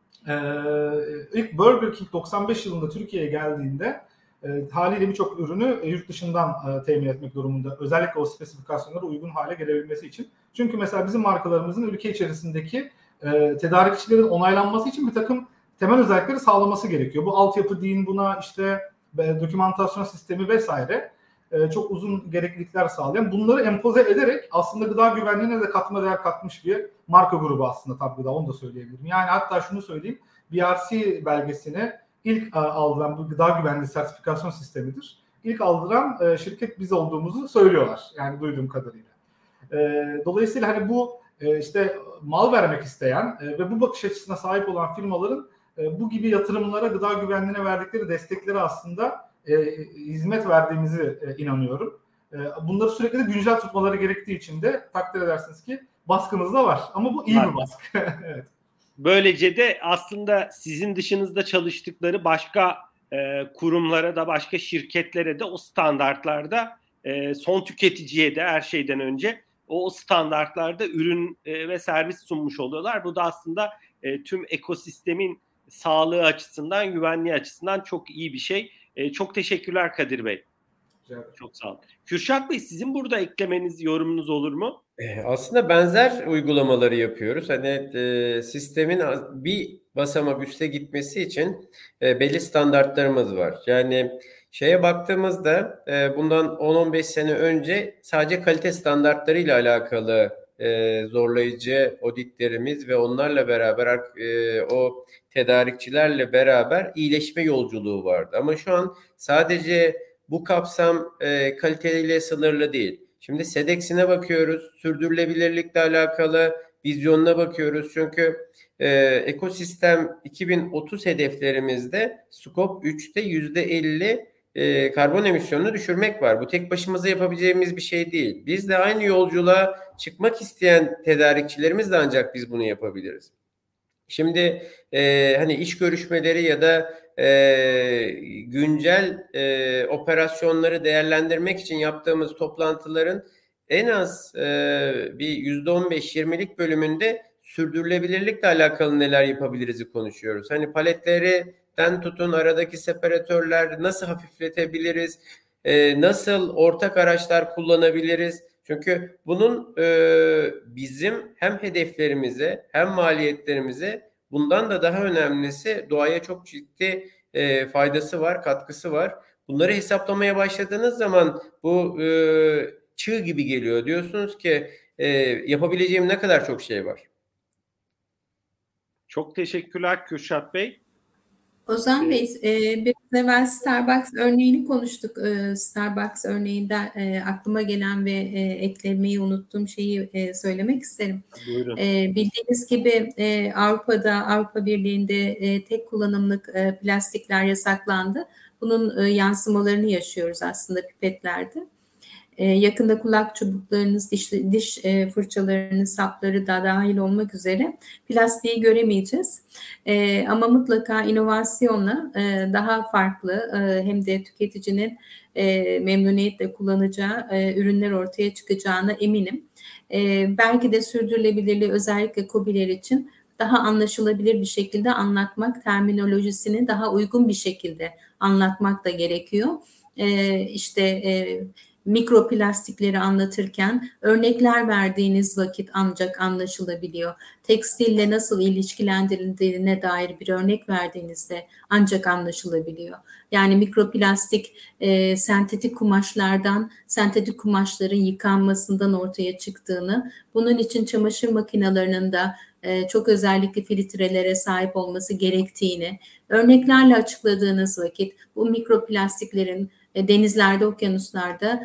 İlk Burger King 95 yılında Türkiye'ye geldiğinde haliyle birçok ürünü yurt dışından temin etmek durumunda. Özellikle o spesifikasyonlara uygun hale gelebilmesi için. Çünkü mesela bizim markalarımızın ülke içerisindeki tedarikçilerin onaylanması için bir takım temel özellikleri sağlaması gerekiyor. Bu altyapı deyin, buna işte dokümantasyon sistemi vesaire çok uzun gereklilikler sağlayan, bunları empoze ederek aslında gıda güvenliğine de katma değer katmış bir marka grubu aslında Tab Gıda, onu da söyleyebilirim. Yani hatta şunu söyleyeyim, BRC belgesini ilk aldıran bu gıda güvenliği sertifikasyon sistemidir. İlk aldıran şirket biz olduğumuzu söylüyorlar yani duyduğum kadarıyla. Dolayısıyla hani bu işte mal vermek isteyen ve bu bakış açısına sahip olan firmaların bu gibi yatırımlara, gıda güvenliğine verdikleri destekleri aslında hizmet verdiğimizi inanıyorum. Bunları sürekli de güncel tutmaları gerektiği için de takdir edersiniz ki baskımız da var. Ama bu iyi bir baskı. Evet. Böylece de aslında sizin dışınızda çalıştıkları başka kurumlara da başka şirketlere de o standartlarda son tüketiciye de her şeyden önce o standartlarda ürün ve servis sunmuş oluyorlar. Bu da aslında tüm ekosistemin sağlığı açısından, güvenliği açısından çok iyi bir şey. Çok teşekkürler Kadir Bey. Çok sağ olun. Kürşat Bey, sizin burada eklemeniz, yorumunuz olur mu? Aslında benzer uygulamaları yapıyoruz. Hani sistemin bir basamak üste gitmesi için belli standartlarımız var. Yani şeye baktığımızda bundan 10-15 sene önce sadece kalite standartlarıyla alakalı zorlayıcı auditlerimiz ve onlarla beraber o tedarikçilerle beraber iyileşme yolculuğu vardı. Ama şu an sadece bu kapsam kaliteyle sınırlı değil. Şimdi SEDEX'ine bakıyoruz, sürdürülebilirlikle alakalı vizyonuna bakıyoruz. Çünkü ekosistem 2030 hedeflerimizde Scope 3'te %50 karbon emisyonunu düşürmek var. Bu tek başımıza yapabileceğimiz bir şey değil. Biz de aynı yolculuğa çıkmak isteyen tedarikçilerimiz de ancak biz bunu yapabiliriz. Şimdi hani iş görüşmeleri ya da güncel operasyonları değerlendirmek için yaptığımız toplantıların en az bir %15-20'lik bölümünde sürdürülebilirlikle alakalı neler yapabiliriz'i konuşuyoruz. Hani paletlerden tutun aradaki separatörler nasıl hafifletebiliriz, nasıl ortak araçlar kullanabiliriz. Çünkü bunun bizim hem hedeflerimize hem maliyetlerimize bundan da daha önemlisi doğaya çok ciddi faydası var, katkısı var. Bunları hesaplamaya başladığınız zaman bu çığ gibi geliyor. Diyorsunuz ki yapabileceğim ne kadar çok şey var. Çok teşekkürler Kürşat Bey. Ozan Bey, biraz evvel Starbucks örneğini konuştuk. Starbucks örneğinden aklıma gelen ve eklemeyi unuttuğum şeyi söylemek isterim. Buyurun. Bildiğiniz gibi Avrupa'da, Avrupa Birliği'nde tek kullanımlık plastikler yasaklandı. Bunun yansımalarını yaşıyoruz aslında pipetlerde. Yakında kulak çubuklarınız, diş fırçalarınız, sapları da dahil olmak üzere plastiği göremeyeceğiz. Ama mutlaka inovasyonla daha farklı hem de tüketicinin memnuniyetle kullanacağı ürünler ortaya çıkacağına eminim. Belki de sürdürülebilirliği özellikle KOBİ'ler için daha anlaşılabilir bir şekilde anlatmak, terminolojisini daha uygun bir şekilde anlatmak da gerekiyor. Mikroplastikleri anlatırken örnekler verdiğiniz vakit ancak anlaşılabiliyor. Tekstille nasıl ilişkilendirildiğine dair bir örnek verdiğinizde ancak anlaşılabiliyor. Yani mikroplastik sentetik kumaşlardan, sentetik kumaşların yıkanmasından ortaya çıktığını, bunun için çamaşır makinelerinin de çok özellikle filtrelere sahip olması gerektiğini örneklerle açıkladığınız vakit bu mikroplastiklerin denizlerde, okyanuslarda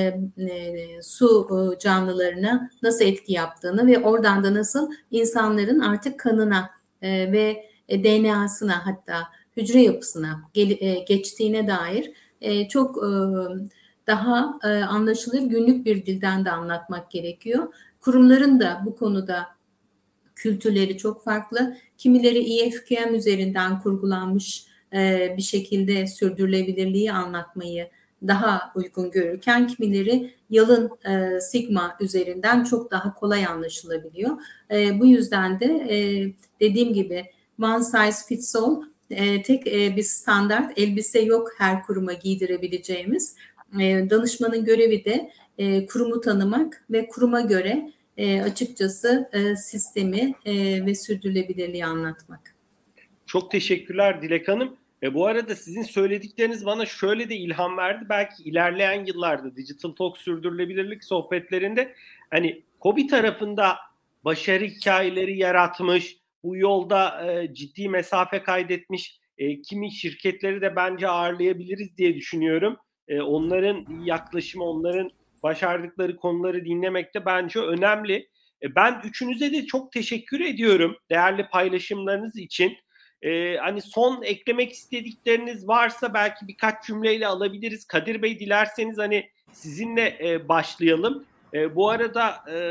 su canlılarına nasıl etki yaptığını ve oradan da nasıl insanların artık kanına ve DNA'sına hatta hücre yapısına geçtiğine dair çok daha anlaşılır günlük bir dilden de anlatmak gerekiyor. Kurumların da bu konuda kültürleri çok farklı. Kimileri EFQM üzerinden kurgulanmış bir şekilde sürdürülebilirliği anlatmayı daha uygun görürken kimileri yalın sigma üzerinden çok daha kolay anlaşılabiliyor. Bu yüzden de dediğim gibi one size fits all tek bir standart elbise yok her kuruma giydirebileceğimiz. Danışmanın görevi de kurumu tanımak ve kuruma göre açıkçası sistemi ve sürdürülebilirliği anlatmak. Çok teşekkürler Dilek Hanım. Bu arada sizin söyledikleriniz bana şöyle de ilham verdi. Belki ilerleyen yıllarda Digital Talk sürdürülebilirlik sohbetlerinde hani KOBİ tarafında başarı hikayeleri yaratmış, bu yolda ciddi mesafe kaydetmiş kimi şirketleri de bence ağırlayabiliriz diye düşünüyorum. Onların yaklaşımı, onların başardıkları konuları dinlemek de bence önemli. Ben üçünüze de çok teşekkür ediyorum değerli paylaşımlarınız için. Hani son eklemek istedikleriniz varsa belki birkaç cümleyle alabiliriz. Kadir Bey, dilerseniz hani sizinle başlayalım. Bu arada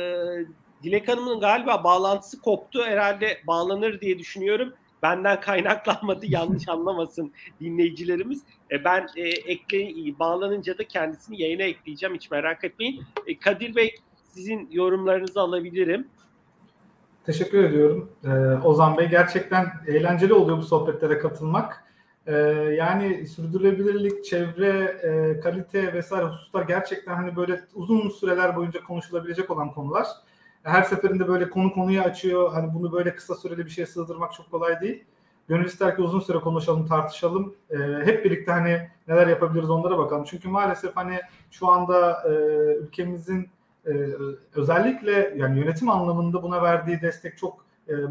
Dilek Hanım'ın galiba bağlantısı koptu. Herhalde bağlanır diye düşünüyorum. Benden kaynaklanmadı, yanlış anlamasın dinleyicilerimiz. Ben bağlanınca da kendisini yayına ekleyeceğim, hiç merak etmeyin. Kadir Bey, sizin yorumlarınızı alabilirim. Teşekkür ediyorum Ozan Bey. Gerçekten eğlenceli oluyor bu sohbetlere katılmak. Yani sürdürülebilirlik, çevre, kalite vesaire hususlar gerçekten hani böyle uzun süreler boyunca konuşulabilecek olan konular. Her seferinde böyle konuyu açıyor. Hani bunu böyle kısa süreli bir şeye sığdırmak çok kolay değil. Gönül ister ki uzun süre konuşalım, tartışalım. Hep birlikte hani neler yapabiliriz onlara bakalım. Çünkü maalesef hani şu anda ülkemizin özellikle yani yönetim anlamında buna verdiği destek çok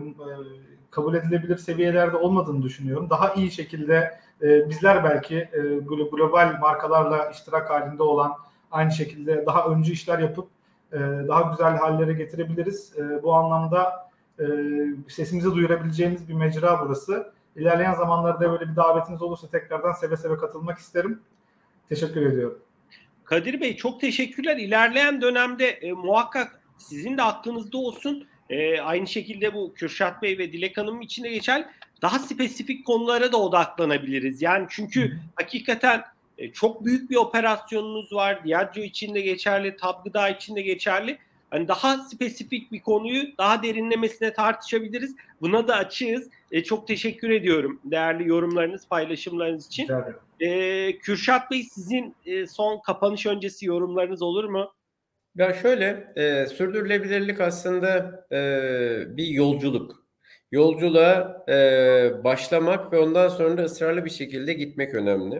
kabul edilebilir seviyelerde olmadığını düşünüyorum. Daha iyi şekilde bizler belki global markalarla iştirak halinde olan, aynı şekilde daha öncü işler yapıp daha güzel hallere getirebiliriz. Bu anlamda sesimizi duyurabileceğimiz bir mecra burası. İlerleyen zamanlarda böyle bir davetiniz olursa tekrardan seve seve katılmak isterim. Teşekkür ediyorum. Kadir Bey, çok teşekkürler. İlerleyen dönemde muhakkak sizin de aklınızda olsun. Aynı şekilde bu Kürşat Bey ve Dilek Hanım'ın içinde geçen daha spesifik konulara da odaklanabiliriz. Yani çünkü hakikaten çok büyük bir operasyonunuz var. Diageo için de geçerli, Tab Gıda için de geçerli. Hani daha spesifik bir konuyu daha derinlemesine tartışabiliriz. Buna da açığız. Çok teşekkür ediyorum değerli yorumlarınız, paylaşımlarınız için. Kürşat Bey, sizin son kapanış öncesi yorumlarınız olur mu? Ya şöyle, sürdürülebilirlik aslında bir yolculuk. Yolculuğa başlamak ve ondan sonra da ısrarlı bir şekilde gitmek önemli.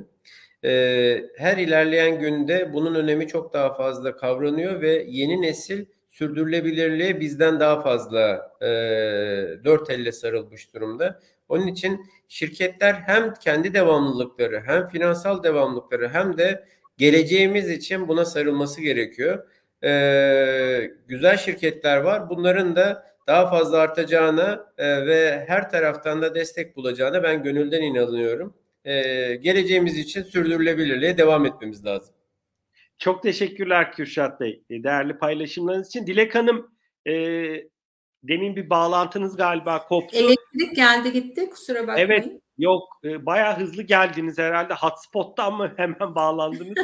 Her ilerleyen günde bunun önemi çok daha fazla kavranıyor ve yeni nesil sürdürülebilirliğe bizden daha fazla dört elle sarılmış durumda. Onun için şirketler hem kendi devamlılıkları, hem finansal devamlılıkları, hem de geleceğimiz için buna sarılması gerekiyor. Güzel şirketler var. Bunların da daha fazla artacağına ve her taraftan da destek bulacağına ben gönülden inanıyorum. Geleceğimiz için sürdürülebilirliğe devam etmemiz lazım. Çok teşekkürler Kürşat Bey. Değerli paylaşımlarınız için. Dilek Hanım, demin bir bağlantınız galiba koptu. Elektrik geldi gitti, kusura bakmayın. Evet, yok, bayağı hızlı geldiniz herhalde. Hotspot'ta ama hemen bağlandınız.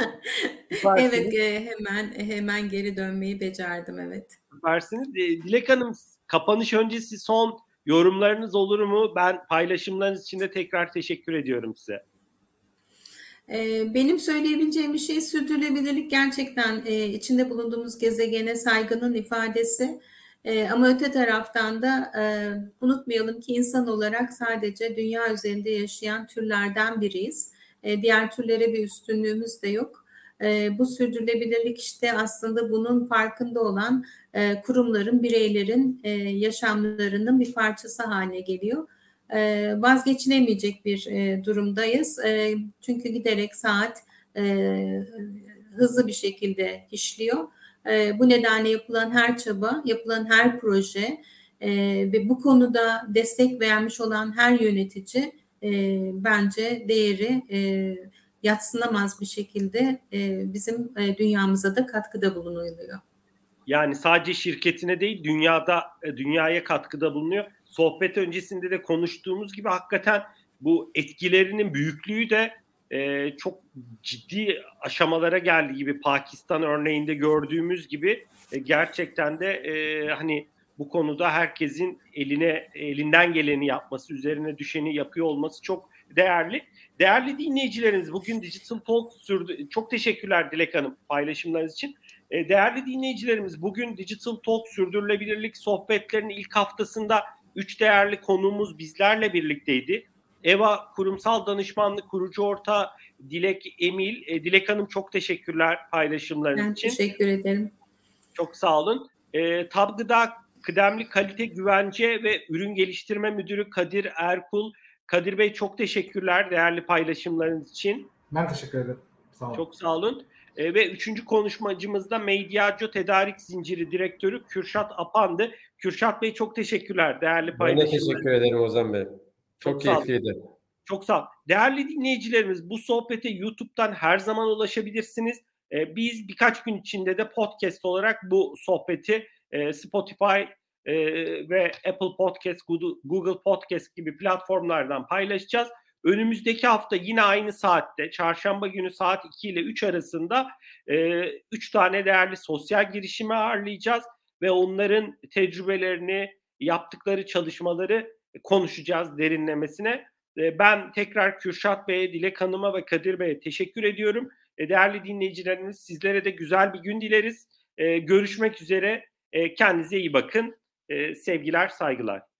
Evet, hemen geri dönmeyi becerdim, evet. Süpersiniz. Dilek Hanım, kapanış öncesi son yorumlarınız olur mu? Ben paylaşımlarınız için de tekrar teşekkür ediyorum size. Benim söyleyebileceğim bir şey, sürdürülebilirlik gerçekten içinde bulunduğumuz gezegene saygının ifadesi. Ama öte taraftan da unutmayalım ki insan olarak sadece dünya üzerinde yaşayan türlerden biriyiz. Diğer türlere bir üstünlüğümüz de yok. Bu sürdürülebilirlik işte aslında bunun farkında olan kurumların, bireylerin yaşamlarının bir parçası haline geliyor. Vazgeçilemeyecek bir durumdayız. Çünkü giderek saat hızlı bir şekilde işliyor. Bu nedenle yapılan her çaba, yapılan her proje ve bu konuda destek vermiş olan her yönetici bence değeri yadsınamaz bir şekilde bizim dünyamıza da katkıda bulunuyor. Yani sadece şirketine değil, dünyaya katkıda bulunuyor. Sohbet öncesinde de konuştuğumuz gibi hakikaten bu etkilerinin büyüklüğü de çok ciddi aşamalara geldiği gibi, Pakistan örneğinde gördüğümüz gibi gerçekten de hani bu konuda herkesin elinden geleni yapması, üzerine düşeni yapıyor olması çok değerli. Değerli dinleyicilerimiz, bugün Digital Talk sürdü. Çok teşekkürler Dilek Hanım paylaşımlarınız için. Değerli dinleyicilerimiz, bugün Digital Talk sürdürülebilirlik sohbetlerinin ilk haftasında 3 değerli konuğumuz bizlerle birlikteydi. EVA Kurumsal Danışmanlık kurucu ortağı Dilek Emil. Dilek Hanım, çok teşekkürler paylaşımlarınız için. Ben teşekkür ederim. Çok sağ olun. Tab Gıda Kıdemli Kalite Güvence ve Ürün Geliştirme Müdürü Kadir Erkul. Kadir Bey, çok teşekkürler değerli paylaşımlarınız için. Ben teşekkür ederim. Sağ olun. Çok sağ olun. Ve üçüncü konuşmacımız da Mediageo Tedarik Zinciri Direktörü Kürşat Apan'dı. Kürşat Bey, çok teşekkürler değerli paylaşımlarınız. Ben de teşekkür ederim Ozan Bey. Çok sağ olun. keyifliydi. Çok sağ olun. Değerli dinleyicilerimiz, bu sohbete YouTube'dan her zaman ulaşabilirsiniz. Biz birkaç gün içinde de podcast olarak bu sohbeti Spotify ve Apple Podcast, Google Podcast gibi platformlardan paylaşacağız. Önümüzdeki hafta yine aynı saatte, çarşamba günü saat 2 ile 3 arasında 3 tane değerli sosyal girişimi ağırlayacağız ve onların tecrübelerini, yaptıkları çalışmaları konuşacağız derinlemesine. Ben tekrar Kürşat Bey'e, Dilek Hanım'a ve Kadir Bey'e teşekkür ediyorum. Değerli dinleyicilerimiz, sizlere de güzel bir gün dileriz. Görüşmek üzere. Kendinize iyi bakın. Sevgiler, saygılar.